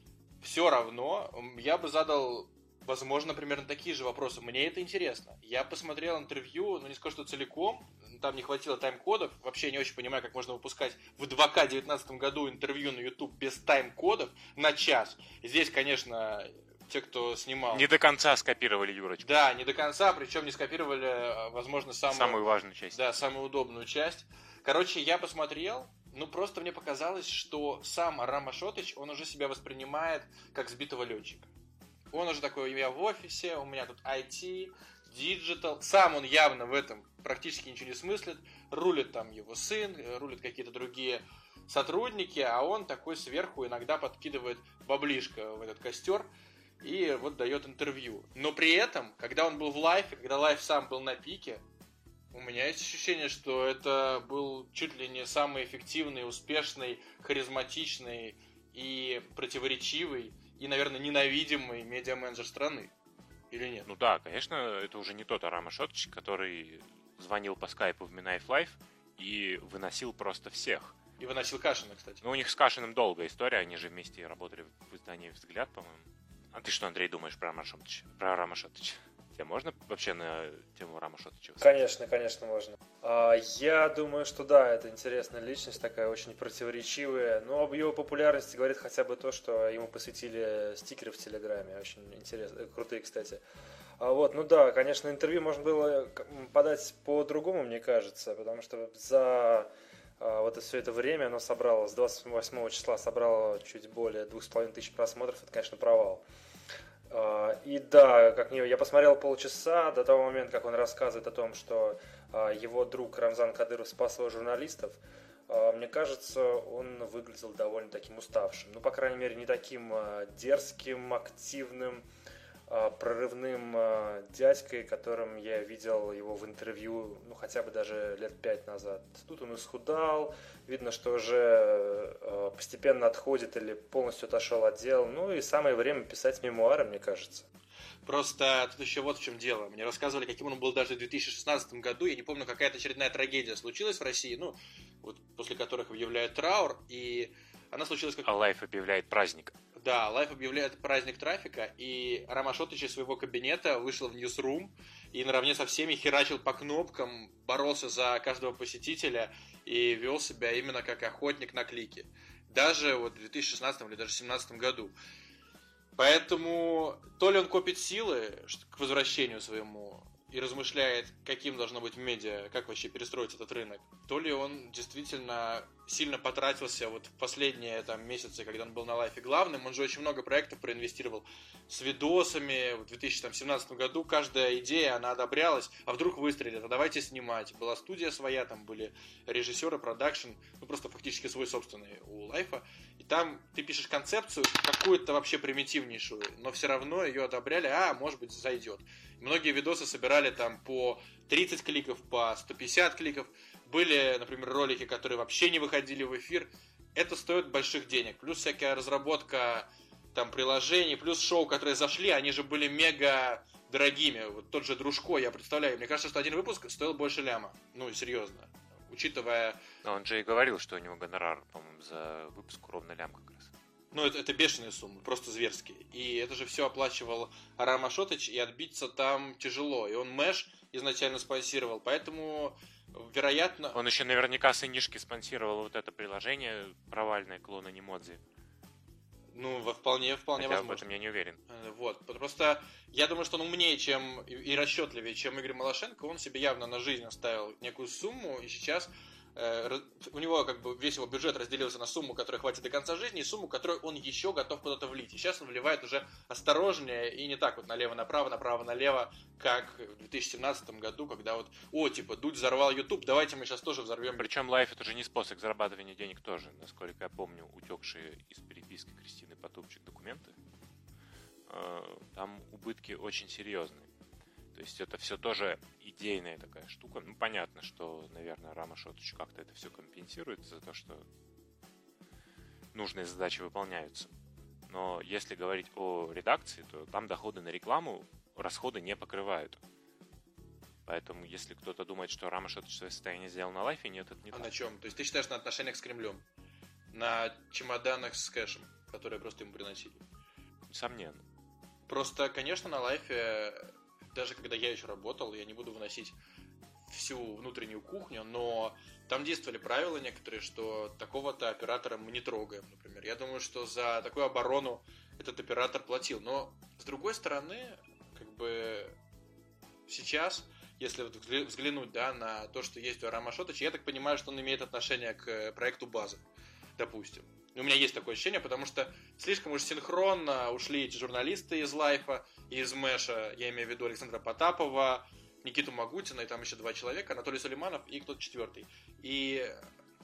все равно я бы задал, возможно, примерно такие же вопросы. Мне это интересно. Я посмотрел интервью, ну не скажу, что целиком, там не хватило тайм-кодов. Вообще не очень понимаю, как можно выпускать в два ка девятнадцатом году интервью на YouTube без тайм-кодов на час. Здесь, конечно, те, кто снимал... Не до конца скопировали Юрочку. Да, не до конца, причем не скопировали, возможно, самую... Самую важную часть. Да, самую удобную часть. Короче, я посмотрел, ну просто мне показалось, что сам Рам Ашотович, он уже себя воспринимает как сбитого летчика. Он уже такой, я в офисе, у меня тут ай ти, диджитал. Сам он явно в этом практически ничего не смыслит. Рулит там его сын, рулит какие-то другие сотрудники, а он такой сверху иногда подкидывает баблишко в этот костер и вот дает интервью. Но при этом, когда он был в лайфе, когда лайф сам был на пике, у меня есть ощущение, что это был чуть ли не самый эффективный, успешный, харизматичный и противоречивый и, наверное, ненавидимый медиа-менеджер страны. Или нет? Ну да, конечно, это уже не тот Рам Ашотович, который звонил по скайпу в Минаев Лайф и выносил просто всех. И выносил Кашина, кстати. Ну, у них с Кашиным долгая история, они же вместе работали в издании «Взгляд», по-моему. А ты что, Андрей, думаешь про Рама Ашотовича? Про Рама Ашотовича? Тебе можно вообще на тему Рама Ашотовича? Конечно, конечно, можно. А, я думаю, что да, это интересная личность, такая очень противоречивая. Но об его популярности говорит хотя бы то, что ему посвятили стикеры в Телеграме. Очень интересные, крутые, кстати. А вот, ну да, конечно, интервью можно было подать по-другому, мне кажется, потому что за а, вот все это время оно собрало, с двадцать восьмого числа собрало чуть более двух с половиной тысяч просмотров. Это, конечно, провал. И да, как я посмотрел полчаса до того момента, как он рассказывает о том, что его друг Рамзан Кадыров спас его журналистов, мне кажется, он выглядел довольно таким уставшим. Ну, по крайней мере, не таким дерзким, активным, прорывным дядькой, которым я видел его в интервью, ну, хотя бы даже лет пять назад. Тут он исхудал, видно, что уже постепенно отходит или полностью отошел от дел. Ну, и самое время писать мемуары, мне кажется. Просто тут еще вот в чем дело. Мне рассказывали, каким он был даже в две тысячи шестнадцатом году. Я не помню, какая-то очередная трагедия случилась в России, ну, вот после которых объявляют траур, и она случилась как... А Лайф объявляет праздник. Да, Лайф объявляет праздник трафика, и Рам Ашотович из своего кабинета вышел в ньюсрум и наравне со всеми херачил по кнопкам, боролся за каждого посетителя и вел себя именно как охотник на клики. Даже вот в две тысячи шестнадцатом или даже две тысячи семнадцатом году. Поэтому то ли он копит силы к возвращению своему и размышляет, каким должно быть медиа, как вообще перестроить этот рынок, то ли он действительно сильно потратился вот в последние там месяцы, когда он был на лайфе главным. Он же очень много проектов проинвестировал с видосами. В две тысячи семнадцатом году каждая идея, она одобрялась, а вдруг выстрелит, а давайте снимать. Была студия своя, там были режиссеры, продакшн, ну просто фактически свой собственный у лайфа. И там ты пишешь концепцию какую-то вообще примитивнейшую, но все равно ее одобряли, а, может быть, зайдет. Многие видосы собирали там по тридцать кликов, по сто пятьдесят кликов. Были, например, ролики, которые вообще не выходили в эфир. Это стоит больших денег. Плюс всякая разработка там приложений, плюс шоу, которые зашли, они же были мега дорогими. Вот тот же Дружко, я представляю. Мне кажется, что один выпуск стоил больше ляма. Ну, серьезно. Учитывая... Но он же и говорил, что у него гонорар, по-моему, за выпуск ровно лям как раз. Ну, это, это бешеные суммы, просто зверские. И это же все оплачивал Арам Ашотыч, и отбиться там тяжело. И он Мэш изначально спонсировал, поэтому... Вероятно... Он еще наверняка с инишки спонсировал вот это приложение провальное клона Немодзи. Ну, вполне, вполне Хотя возможно. в этом я не уверен. Вот, просто я думаю, что он умнее, чем и расчетливее, чем Игорь Малашенко. Он себе явно на жизнь оставил некую сумму, и сейчас э, у него как бы весь его бюджет разделился на сумму, которая хватит до конца жизни, и сумму, которую он еще готов куда-то влить. И сейчас он вливает уже осторожнее и не так вот налево-направо, направо-налево, как в две тысячи семнадцатом году, когда вот, о, типа, Дудь взорвал YouTube, давайте мы сейчас тоже взорвем. Причем лайф это же не способ зарабатывания денег тоже, насколько я помню, утекшие из переписки Кристины Потупчик документы. Там убытки очень серьезные. То есть это все тоже идейная такая штука. Ну, понятно, что, наверное, Рама Шотыч как-то это все компенсирует за то, что нужные задачи выполняются. Но если говорить о редакции, то там доходы на рекламу расходы не покрывают. Поэтому, если кто-то думает, что Рама Шотыч свое состояние сделал на лайфе, нет, это не а так. На чем? То есть ты считаешь на отношениях с Кремлем? На чемоданах с кэшем, которые просто ему приносили? Несомненно. Просто, конечно, на лайфе, даже когда я еще работал, я не буду выносить всю внутреннюю кухню, но там действовали правила некоторые, что такого-то оператора мы не трогаем, например. Я думаю, что за такую оборону этот оператор платил. Но, с другой стороны, как бы сейчас, если вот взглянуть, да, на то, что есть у Арама Шотыча, я так понимаю, что он имеет отношение к проекту «База», допустим. У меня есть такое ощущение, потому что слишком уж синхронно ушли эти журналисты из лайфа, из Мэша, я имею в виду Александра Потапова, Никиту Магутина, и там еще два человека, Анатолий Сулейманов и кто-то четвертый. И,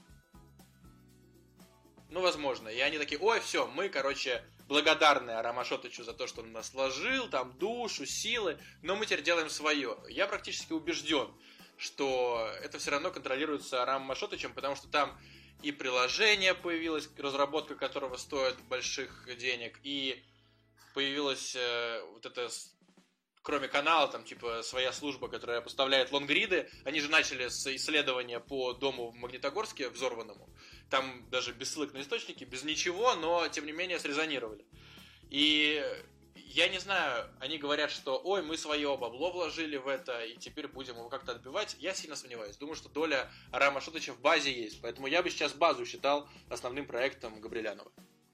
ну, возможно, и они такие, ой, все, мы, короче, благодарны Арама Шотычу за то, что он нас сложил, там, душу, силы, но мы теперь делаем свое. Я практически убежден, что это все равно контролируется Арамом Ашотычем, потому что там и приложение появилось, разработка которого стоит больших денег, и появилась э, вот эта, кроме канала, там типа своя служба, которая поставляет лонгриды. Они же начали с исследования по дому в Магнитогорске, взорванному. Там даже без ссылок на источники, без ничего, но тем не менее срезонировали. И я не знаю, они говорят, что ой, мы свое бабло вложили в это, и теперь будем его как-то отбивать. Я сильно сомневаюсь. Думаю, что доля Арама Шотыча в базе есть. Поэтому я бы сейчас базу считал основным проектом Габрилянова.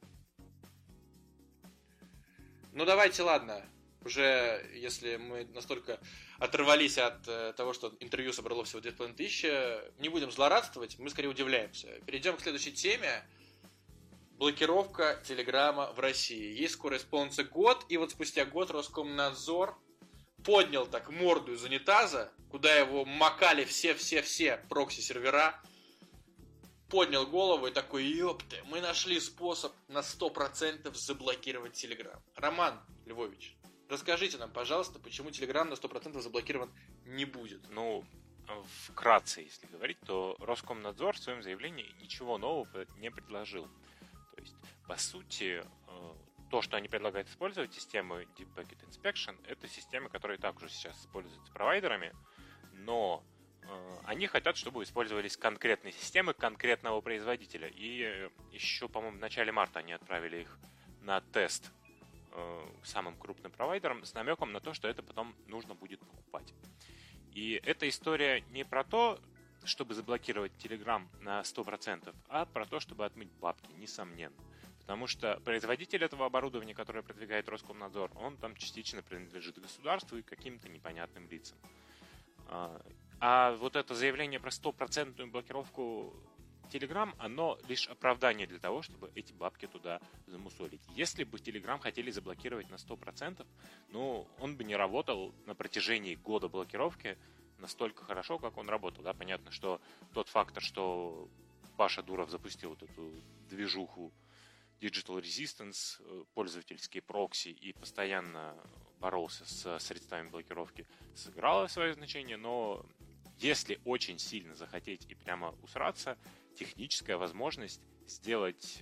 Ну давайте, ладно. Уже, если мы настолько оторвались от э, того, что интервью собрало всего две с половиной тысячи, не будем злорадствовать, мы скорее удивляемся. Перейдем к следующей теме. Блокировка Телеграма в России. Ей скоро исполнится год, и вот спустя год Роскомнадзор поднял так морду из унитаза, куда его макали все-все-все прокси-сервера, поднял голову и такой, ёпты, мы нашли способ на сто процентов заблокировать Телеграм. Роман Львович, расскажите нам, пожалуйста, почему Телеграм на сто процентов заблокирован не будет? Ну, вкратце, если говорить, то Роскомнадзор в своем заявлении ничего нового не предложил. То есть, по сути, то, что они предлагают использовать, системы Deep Packet Inspection, это системы, которые также сейчас используются провайдерами, но они хотят, чтобы использовались конкретные системы конкретного производителя. И еще, по-моему, в начале марта они отправили их на тест самым крупным провайдерам с намеком на то, что это потом нужно будет покупать. И эта история не про то, чтобы заблокировать Telegram на сто процентов, а про то, чтобы отмыть бабки, несомненно. Потому что производитель этого оборудования, которое продвигает Роскомнадзор, он там частично принадлежит государству и каким-то непонятным лицам. А вот это заявление про стопроцентную блокировку Telegram, оно лишь оправдание для того, чтобы эти бабки туда замусолить. Если бы Telegram хотели заблокировать на сто процентов, ну, он бы не работал на протяжении года блокировки настолько хорошо, как он работал. Да? Понятно, что тот фактор, что Паша Дуров запустил вот эту движуху Digital Resistance, пользовательские прокси и постоянно боролся с средствами блокировки, сыграло свое значение, но если очень сильно захотеть и прямо усраться, техническая возможность сделать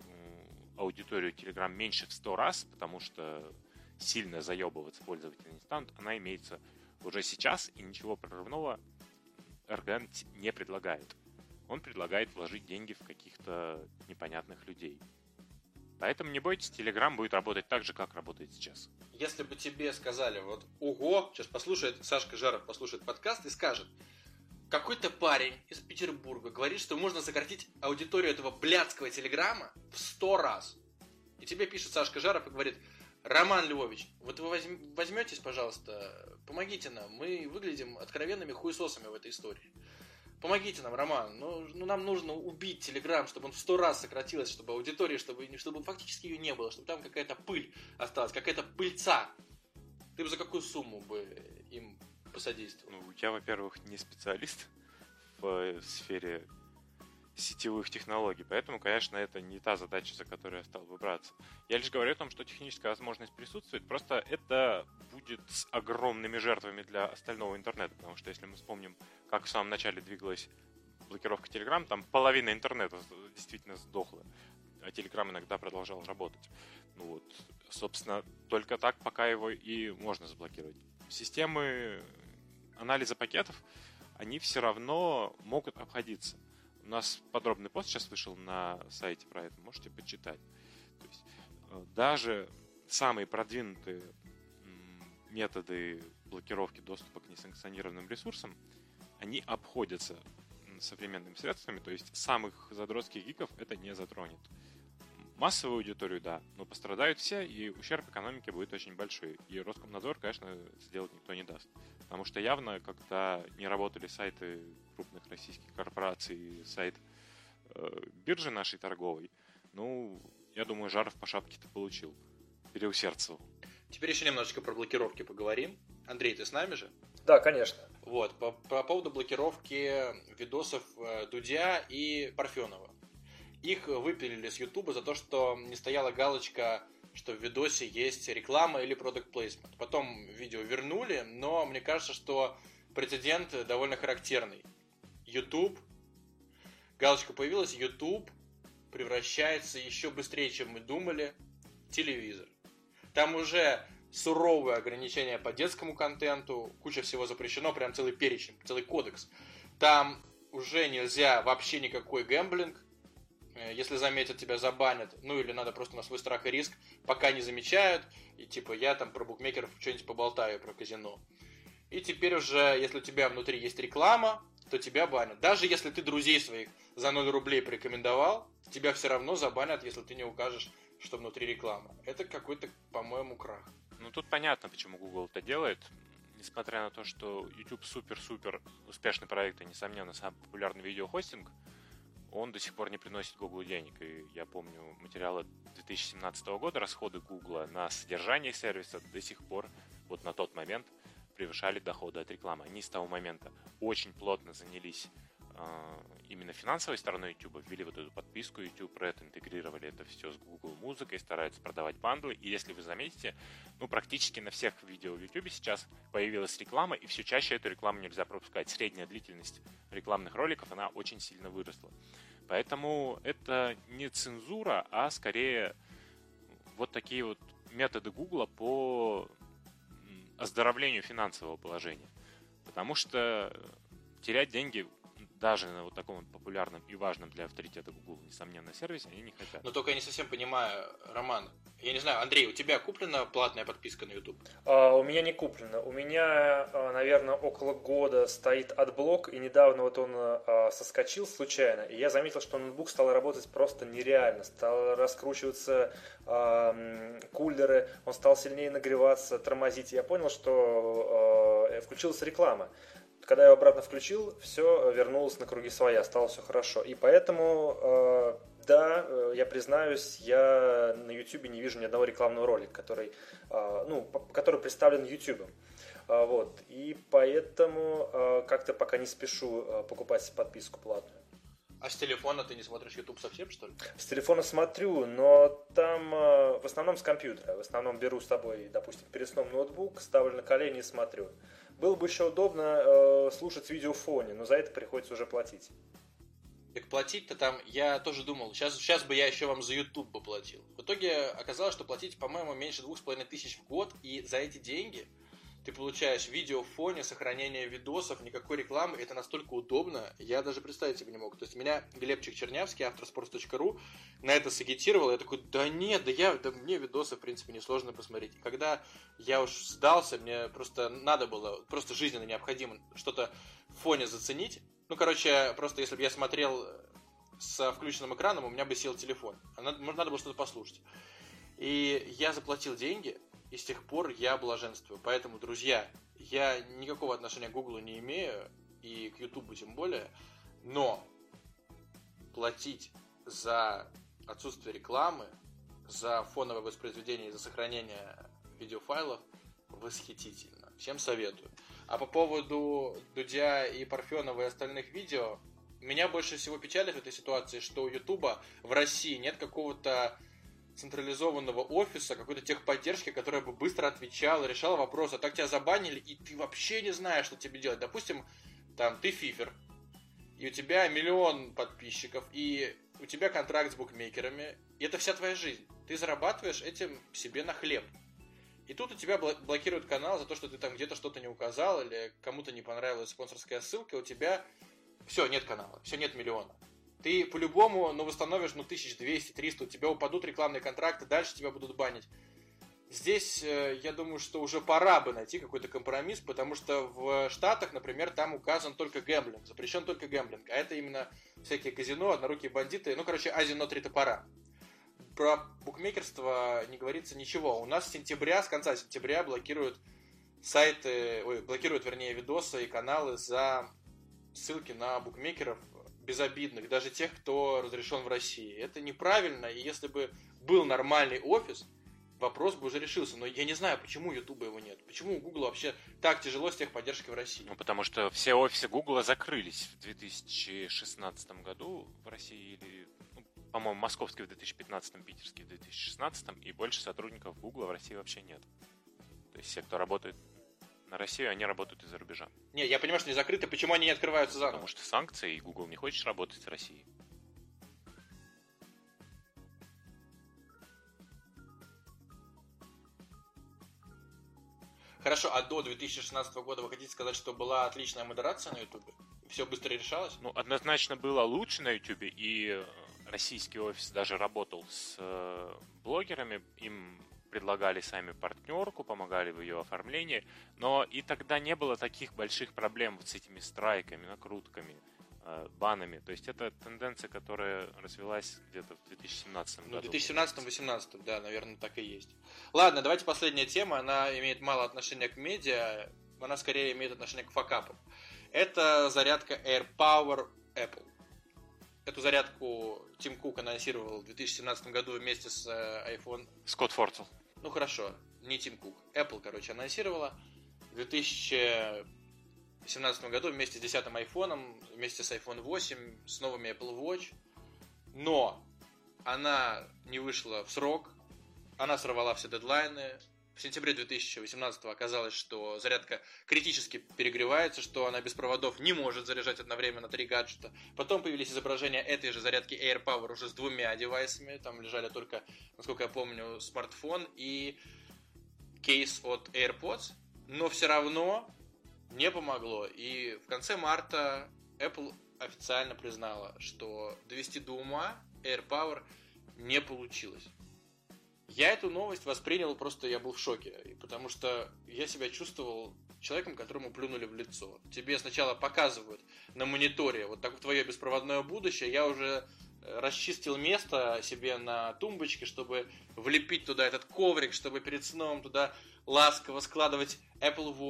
аудиторию Telegram меньше в сто раз, потому что сильно заебываться пользователи не станут, она имеется уже сейчас, и ничего прорывного эр гэ эн не предлагает. Он предлагает вложить деньги в каких-то непонятных людей. Поэтому не бойтесь, Telegram будет работать так же, как работает сейчас. Если бы тебе сказали, вот, ого, сейчас послушает, Сашка Жаров послушает подкаст и скажет, какой-то парень из Петербурга говорит, что можно сократить аудиторию этого блядского Телеграма в сто раз. И тебе пишет Сашка Жаров и говорит, Роман Львович, вот вы возьметесь, пожалуйста, помогите нам, мы выглядим откровенными хуесосами в этой истории. Помогите нам, Роман, ну, ну нам нужно убить Телеграм, чтобы он в сто раз сократилось, чтобы аудитория, чтобы, чтобы фактически ее не было, чтобы там какая-то пыль осталась, какая-то пыльца. Ты бы за какую сумму бы им посодействовал? Ну, я, во-первых, не специалист в сфере сетевых технологий, поэтому, конечно, это не та задача, за которую я стал бы браться. Я лишь говорю о том, что техническая возможность присутствует, просто это будет с огромными жертвами для остального интернета, потому что если мы вспомним, как в самом начале двигалась блокировка Telegram, там половина интернета действительно сдохла, а Telegram иногда продолжал работать. Ну вот, собственно, только так пока его и можно заблокировать. Системы анализа пакетов, они все равно могут обходиться. У нас подробный пост сейчас вышел на сайте про это, можете почитать. То есть, даже самые продвинутые методы блокировки доступа к несанкционированным ресурсам, они обходятся современными средствами, то есть самых задротских гиков это не затронет. Массовую аудиторию, да, но пострадают все, и ущерб экономике будет очень большой. И Роскомнадзор, конечно, сделать никто не даст. Потому что явно, когда не работали сайты крупных российских корпораций, сайт э, биржи нашей торговой, ну, я думаю, Жаров по шапке-то получил. Переусердствовал. Теперь еще немножечко про блокировки поговорим. Андрей, ты с нами же? Да, конечно. Вот, по, по поводу блокировки видосов э, Дудя и Парфенова. Их выпилили с Ютуба за то, что не стояла галочка, что в видосе есть реклама или product placement. Потом видео вернули, но мне кажется, что прецедент довольно характерный. YouTube, галочка появилась, YouTube превращается еще быстрее, чем мы думали, в телевизор. Там уже суровые ограничения по детскому контенту, куча всего запрещено, прям целый перечень, целый кодекс. Там уже нельзя вообще никакой гэмблинг. Если заметят, тебя забанят, ну или надо просто на свой страх и риск, пока не замечают, и типа я там про букмекеров что-нибудь поболтаю, про казино. И теперь уже, если у тебя внутри есть реклама, то тебя банят. Даже если ты друзей своих за ноль рублей порекомендовал, тебя все равно забанят, если ты не укажешь, что внутри реклама. Это какой-то, по-моему, крах. Ну тут понятно, почему Google это делает. Несмотря на то, что YouTube супер-супер успешный проект и, несомненно, самый популярный видеохостинг, он до сих пор не приносит Google денег. И я помню материалы две тысячи семнадцатого года, расходы Google на содержание сервиса до сих пор, вот на тот момент, превышали доходы от рекламы. Они с того момента очень плотно занялись э, именно финансовой стороной YouTube, ввели вот эту подписку YouTube Red, интегрировали это все с Google Музыкой, стараются продавать бандлы. И если вы заметите, ну практически на всех видео в YouTube сейчас появилась реклама, и все чаще эту рекламу нельзя пропускать. Средняя длительность рекламных роликов, она очень сильно выросла. Поэтому это не цензура, а скорее вот такие вот методы Google по оздоровлению финансового положения. Потому что терять деньги даже на вот таком вот популярном и важном для авторитета Google, несомненно, сервисе они не хотят. Но только я не совсем понимаю, Роман. Я не знаю, Андрей, у тебя куплена платная подписка на YouTube? А, у меня не куплена. У меня, наверное, около года стоит отблок, и недавно вот он а, соскочил случайно, и я заметил, что ноутбук стал работать просто нереально. Стал раскручиваться а, кулеры, он стал сильнее нагреваться, тормозить. Я понял, что а, включилась реклама. когда я его обратно включил, все вернулось на круги своя, стало все хорошо. И поэтому, э, да, э, я признаюсь, я на YouTube не вижу ни одного рекламного ролика, который, э, ну, который представлен YouTube. Э, вот. И поэтому э, как-то пока не спешу э, покупать подписку платную. А с телефона ты не смотришь YouTube совсем, что ли? С телефона смотрю, но там э, в основном с компьютера. В основном беру с собой, допустим, перед сном ноутбук, ставлю на колени и смотрю. Было бы еще удобно э, слушать видео в фоне, но за это приходится уже платить. Так платить-то там, я тоже думал, сейчас, сейчас бы я еще вам за YouTube бы платил. В итоге оказалось, что платить, по-моему, меньше двух с половиной тысяч в год, и за эти деньги ты получаешь видео в фоне, сохранение видосов, никакой рекламы, это настолько удобно, я даже представить себе не мог. То есть меня Глебчик Чернявский, автор sports точка ру, на это сагитировал, я такой, да нет, да, я, да мне видосы, в принципе, несложно посмотреть. И когда я уж сдался, мне просто надо было, просто жизненно необходимо что-то в фоне заценить. Ну, короче, просто если бы я смотрел с включенным экраном, у меня бы сел телефон. Надо, надо было что-то послушать. И я заплатил деньги, и с тех пор я блаженствую. Поэтому, друзья, я никакого отношения к Гуглу не имею, и к Ютубу тем более, но платить за отсутствие рекламы, за фоновое воспроизведение и за сохранение видеофайлов восхитительно. Всем советую. А по поводу Дудя и Парфенова и остальных видео, меня больше всего печалит в этой ситуации, что у Ютуба в России нет какого-то централизованного офиса, какой-то техподдержки, которая бы быстро отвечала, решала вопросы. А так тебя забанили, и ты вообще не знаешь, что тебе делать. Допустим, там, ты фифер, и у тебя миллион подписчиков, и у тебя контракт с букмекерами, и это вся твоя жизнь. Ты зарабатываешь этим себе на хлеб. И тут у тебя блокируют канал за то, что ты там где-то что-то не указал, или кому-то не понравилась спонсорская ссылка, у тебя все, нет канала, все, нет миллиона. Ты по-любому, ну, восстановишь, ну, тысяч двести триста, у тебя упадут рекламные контракты, дальше тебя будут банить. Здесь, э, я думаю, что уже пора бы найти какой-то компромисс, потому что в Штатах, например, там указан только гэмблинг, запрещен только гэмблинг, а это именно всякие казино, однорукие бандиты, ну, короче, Азино три топора. Про букмекерство не говорится ничего. У нас с сентября, с конца сентября блокируют сайты, ой, блокируют, вернее, видосы и каналы за ссылки на букмекеров, безобидных, даже тех, кто разрешен в России. Это неправильно, и если бы был нормальный офис, вопрос бы уже решился. Но я не знаю, почему Ютуба его нет. Почему у Гугла вообще так тяжело с техподдержкой в России? Ну, потому что все офисы Гугла закрылись в две тысячи шестнадцатом году в России, или, ну, по-моему, московский в две тысячи пятнадцатом, питерский в две тысячи шестнадцатом, и больше сотрудников Гугла в России вообще нет. То есть все, кто работает на Россию, они работают из-за рубежа. Не, я понимаю, что они закрыты. Почему они не открываются заново? Потому что санкции, и Google не хочет работать с Россией. Хорошо, а до две тысячи шестнадцатого года вы хотите сказать, что была отличная модерация на Ютубе? Все быстро решалось? Ну, однозначно было лучше на Ютубе, и российский офис даже работал с блогерами, им предлагали сами партнерку, помогали в ее оформлении, но и тогда не было таких больших проблем вот с этими страйками, накрутками, банами. То есть это тенденция, которая развилась где-то в две тысячи семнадцатом году. Ну, в две тысячи семнадцатом - две тысячи восемнадцатом, да, наверное, так и есть. Ладно, давайте последняя тема, она имеет мало отношения к медиа, она скорее имеет отношение к факапам. Это зарядка AirPower Apple. Эту зарядку Тим Кук анонсировал в две тысячи семнадцатом году вместе с iPhone. Скотт Форцел. Ну хорошо, не Тим Кук. Apple, короче, анонсировала в две тысячи семнадцатом году вместе с десятым айфоном, вместе с айфон восемь, с новыми Apple Watch. Но она не вышла в срок, она сорвала все дедлайны. В сентябре две тысячи восемнадцатого оказалось, что зарядка критически перегревается, что она без проводов не может заряжать одновременно три гаджета. Потом появились изображения этой же зарядки AirPower уже с двумя девайсами. Там лежали только, насколько я помню, смартфон и кейс от AirPods. Но все равно не помогло. И в конце марта Apple официально признала, что довести до ума AirPower не получилось. Я эту новость воспринял, просто я был в шоке, потому что я себя чувствовал человеком, которому плюнули в лицо. Тебе сначала показывают на мониторе вот так твое беспроводное будущее, я уже расчистил место себе на тумбочке, чтобы влепить туда этот коврик, чтобы перед сном туда ласково складывать Apple Watch,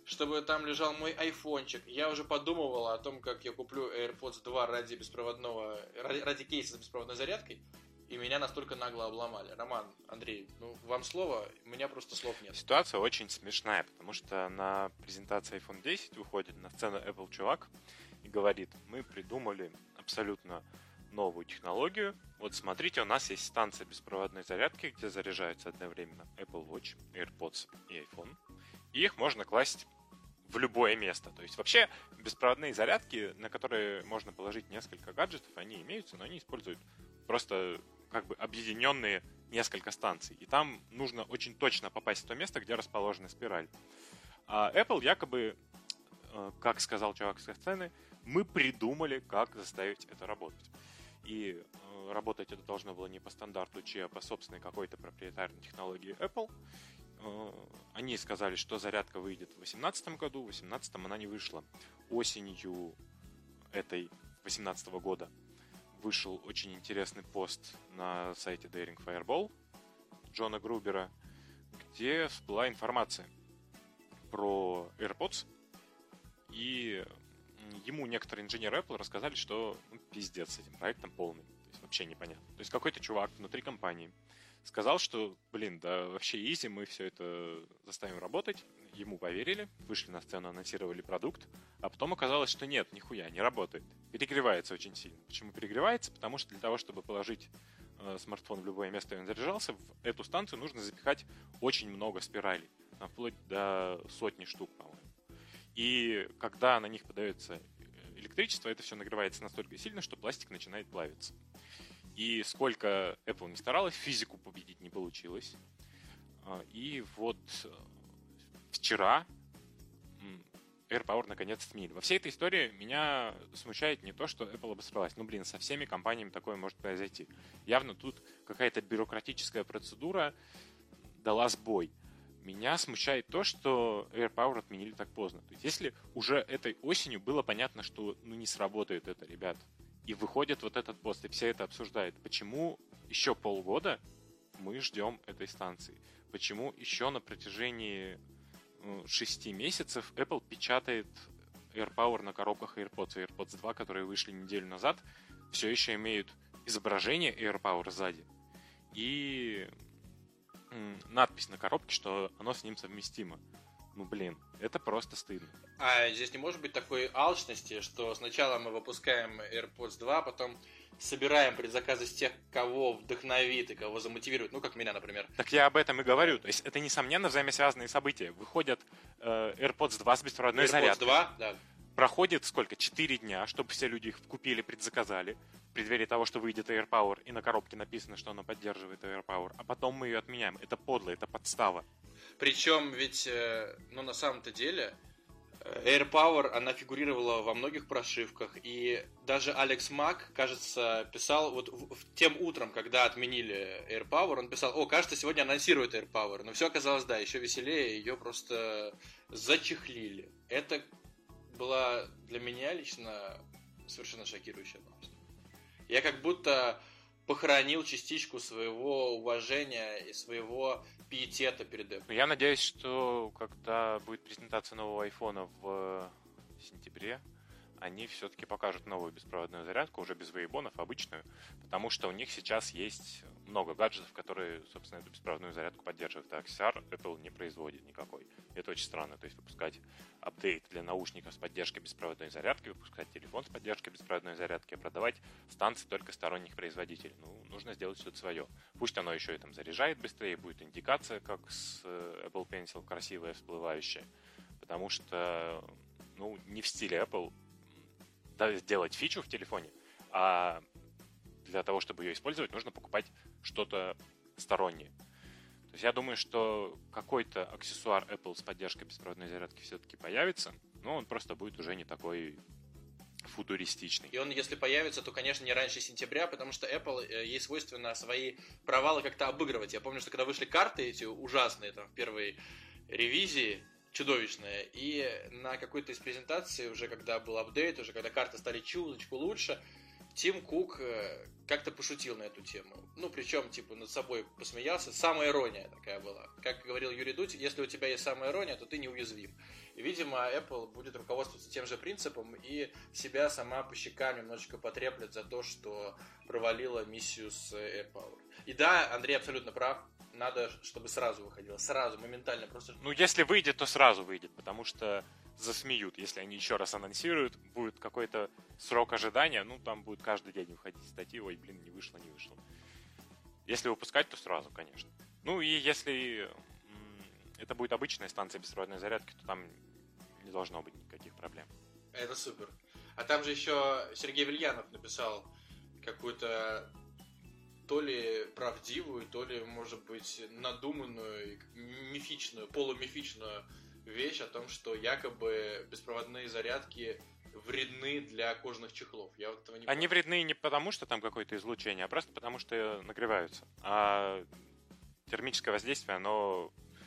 чтобы там лежал мой айфончик. Я уже подумывал о том, как я куплю AirPods два ради беспроводного, ради, ради кейса с беспроводной зарядкой, и меня настолько нагло обломали. Роман, Андрей, ну вам слово, у меня просто слов нет. Ситуация очень смешная, потому что на презентации айфон десять выходит на сцену Apple чувак и говорит: мы придумали абсолютно новую технологию. Вот смотрите, у нас есть станция беспроводной зарядки, где заряжаются одновременно Apple Watch, AirPods и iPhone. И их можно класть в любое место. То есть вообще беспроводные зарядки, на которые можно положить несколько гаджетов, они имеются, но они используют просто как бы объединенные несколько станций. И там нужно очень точно попасть в то место, где расположена спираль. А Apple якобы, как сказал чувак со сцены, мы придумали, как заставить это работать. И работать это должно было не по стандарту Qi, а по собственной какой-то проприетарной технологии Apple. Они сказали, что зарядка выйдет в две тысячи восемнадцатом году, в две тысячи восемнадцатом она не вышла. Осенью этой восемнадцатого года вышел очень интересный пост на сайте Daring Fireball Джона Грубера, где всплыла информация про AirPods, и ему некоторые инженеры Apple рассказали, что ну, пиздец с этим проектом полный. То есть вообще непонятно. То есть какой-то чувак внутри компании сказал, что, блин, да вообще easy, мы все это заставим работать. Ему поверили, вышли на сцену, анонсировали продукт, а потом оказалось, что нет, нихуя, не работает. Перегревается очень сильно. Почему перегревается? Потому что для того, чтобы положить э, смартфон в любое место, и он заряжался, в эту станцию нужно запихать очень много спиралей. Там вплоть до сотни штук, по-моему. И когда на них подается электричество, это все нагревается настолько сильно, что пластик начинает плавиться. И сколько Apple не старалась, физику победить не получилось. И вот вчера AirPower наконец сменили. Во всей этой истории меня смущает не то, что Apple обосралась. Ну, блин, со всеми компаниями такое может произойти. Явно тут какая-то бюрократическая процедура дала сбой. Меня смущает то, что AirPower отменили так поздно. То есть, если уже этой осенью было понятно, что ну, не сработает это, ребят, и выходит вот этот пост, и все это обсуждают, почему еще полгода мы ждем этой станции? Почему еще на протяжении ну, шести месяцев Apple печатает AirPower на коробках AirPods и AirPods два, которые вышли неделю назад, все еще имеют изображение AirPower сзади и надпись на коробке, что оно с ним совместимо. Ну, блин, это просто стыдно. А здесь не может быть такой алчности, что сначала мы выпускаем AirPods два, потом собираем предзаказы с тех, кого вдохновит и кого замотивирует, ну, как меня, например. Так я об этом и говорю. То есть это, несомненно, взаимосвязанные события. Выходят э, AirPods два с беспроводной AirPods зарядкой. два, да. Проходит сколько? четыре дня, чтобы все люди их купили, предзаказали, в преддверии того, что выйдет AirPower, и на коробке написано, что она поддерживает AirPower, а потом мы ее отменяем. Это подло, это подстава. Причем ведь, ну, на самом-то деле, AirPower, она фигурировала во многих прошивках, и даже Алекс Мак, кажется, писал, вот в, в тем утром, когда отменили AirPower, он писал: о, кажется, сегодня анонсируют AirPower, но все оказалось, да, еще веселее, ее просто зачехлили. Это была для меня лично совершенно шокирующая новость. Я как будто похоронил частичку своего уважения и своего пиетета перед Apple. Я надеюсь, что когда будет презентация нового айфона в сентябре, они все-таки покажут новую беспроводную зарядку, уже без вейбонов, обычную, потому что у них сейчас есть много гаджетов, которые, собственно, эту беспроводную зарядку поддерживают. А аксессуар Apple не производит никакой. Это очень странно. То есть выпускать апдейт для наушников с поддержкой беспроводной зарядки, выпускать телефон с поддержкой беспроводной зарядки, а продавать станции только сторонних производителей. Ну, нужно сделать что-то свое. Пусть оно еще и там заряжает быстрее, будет индикация, как с Apple Pencil, красивая, всплывающая. Потому что, ну, не в стиле Apple сделать фичу в телефоне, а для того, чтобы ее использовать, нужно покупать что-то стороннее. То есть я думаю, что какой-то аксессуар Apple с поддержкой беспроводной зарядки все-таки появится, но он просто будет уже не такой футуристичный. И он, если появится, то, конечно, не раньше сентября, потому что Apple, ей свойственно свои провалы как-то обыгрывать. Я помню, что когда вышли карты эти ужасные, там, в первой ревизии, чудовищная, и на какой-то из презентаций, уже когда был апдейт, уже когда карты стали чуточку лучше, Тим Кук э, как-то пошутил на эту тему. Ну, причем, типа, над собой посмеялся. Самая ирония такая была. Как говорил Юрий Дудь, если у тебя есть самая ирония, то ты неуязвим. И, видимо, Apple будет руководствоваться тем же принципом и себя сама по щекам немножечко потреплет за то, что провалила миссию с AirPower. И да, Андрей абсолютно прав. Надо, чтобы сразу выходило. Сразу, моментально. Просто... Ну, если выйдет, то сразу выйдет, потому что засмеют, если они еще раз анонсируют, будет какой-то срок ожидания, ну, там будет каждый день выходить статьи, ой, блин, не вышло, не вышло. Если выпускать, то сразу, конечно. Ну, и если это будет обычная станция беспроводной зарядки, то там не должно быть никаких проблем. Это супер. А там же еще Сергей Вильянов написал какую-то то ли правдивую, то ли, может быть, надуманную, мифичную, полумифичную вещь о том, что якобы беспроводные зарядки вредны для кожаных чехлов. Я вот этого не Они вредны не потому, что там какое-то излучение, а просто потому, что нагреваются. А термическое воздействие, оно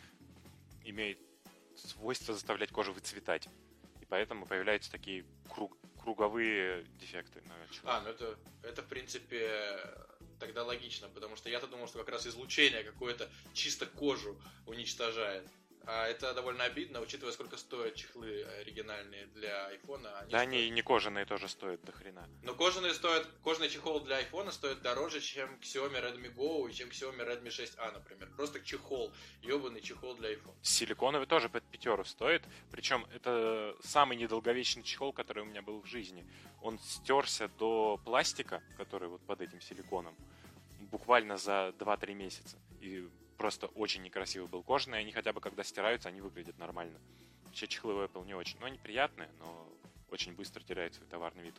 имеет свойство заставлять кожу выцветать. И поэтому появляются такие круг, круговые дефекты на чехлах. А, ну это, это, в принципе, тогда логично, потому что я-то думал, что как раз излучение какое-то чисто кожу уничтожает. А это довольно обидно, учитывая, сколько стоят чехлы оригинальные для айфона. Они да, стоят... они и не кожаные тоже стоят до хрена. Но кожаные стоят, кожаный чехол для айфона стоит дороже, чем Xiaomi Redmi Go и чем Xiaomi Redmi шесть а, например. Просто чехол, ебаный чехол для айфона. Силиконовый тоже под пятеру стоит. Причем это самый недолговечный чехол, который у меня был в жизни. Он стерся до пластика, который вот под этим силиконом, буквально за два-три месяца. И просто очень некрасивый был. Кожаные, они хотя бы когда стираются, они выглядят нормально. Вообще чехлы у Apple не очень. Ну, они приятные, но очень быстро теряют свой товарный вид.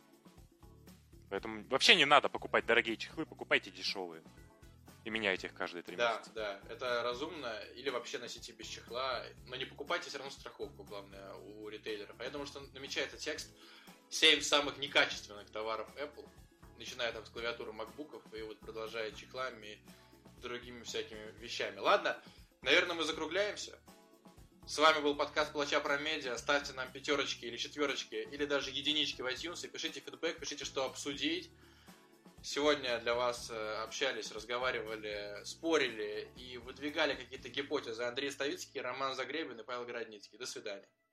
Поэтому вообще не надо покупать дорогие чехлы, покупайте дешевые. И меняйте их каждые три да, месяца. Да, да, это разумно. Или вообще носите без чехла. Но не покупайте все равно страховку, главное, у ритейлеров. А я думаю, что намечается текст семь самых некачественных товаров Apple, начиная там с клавиатуры макбуков и вот продолжая чехлами, другими всякими вещами. Ладно, наверное, мы закругляемся. С вами был подкаст Палача про медиа. Ставьте нам пятерочки или четверочки, или даже единички в iTunes и пишите фидбэк, пишите, что обсудить. Сегодня для вас общались, разговаривали, спорили и выдвигали какие-то гипотезы Андрей Ставицкий, Роман Загребин и Павел Городницкий. До свидания.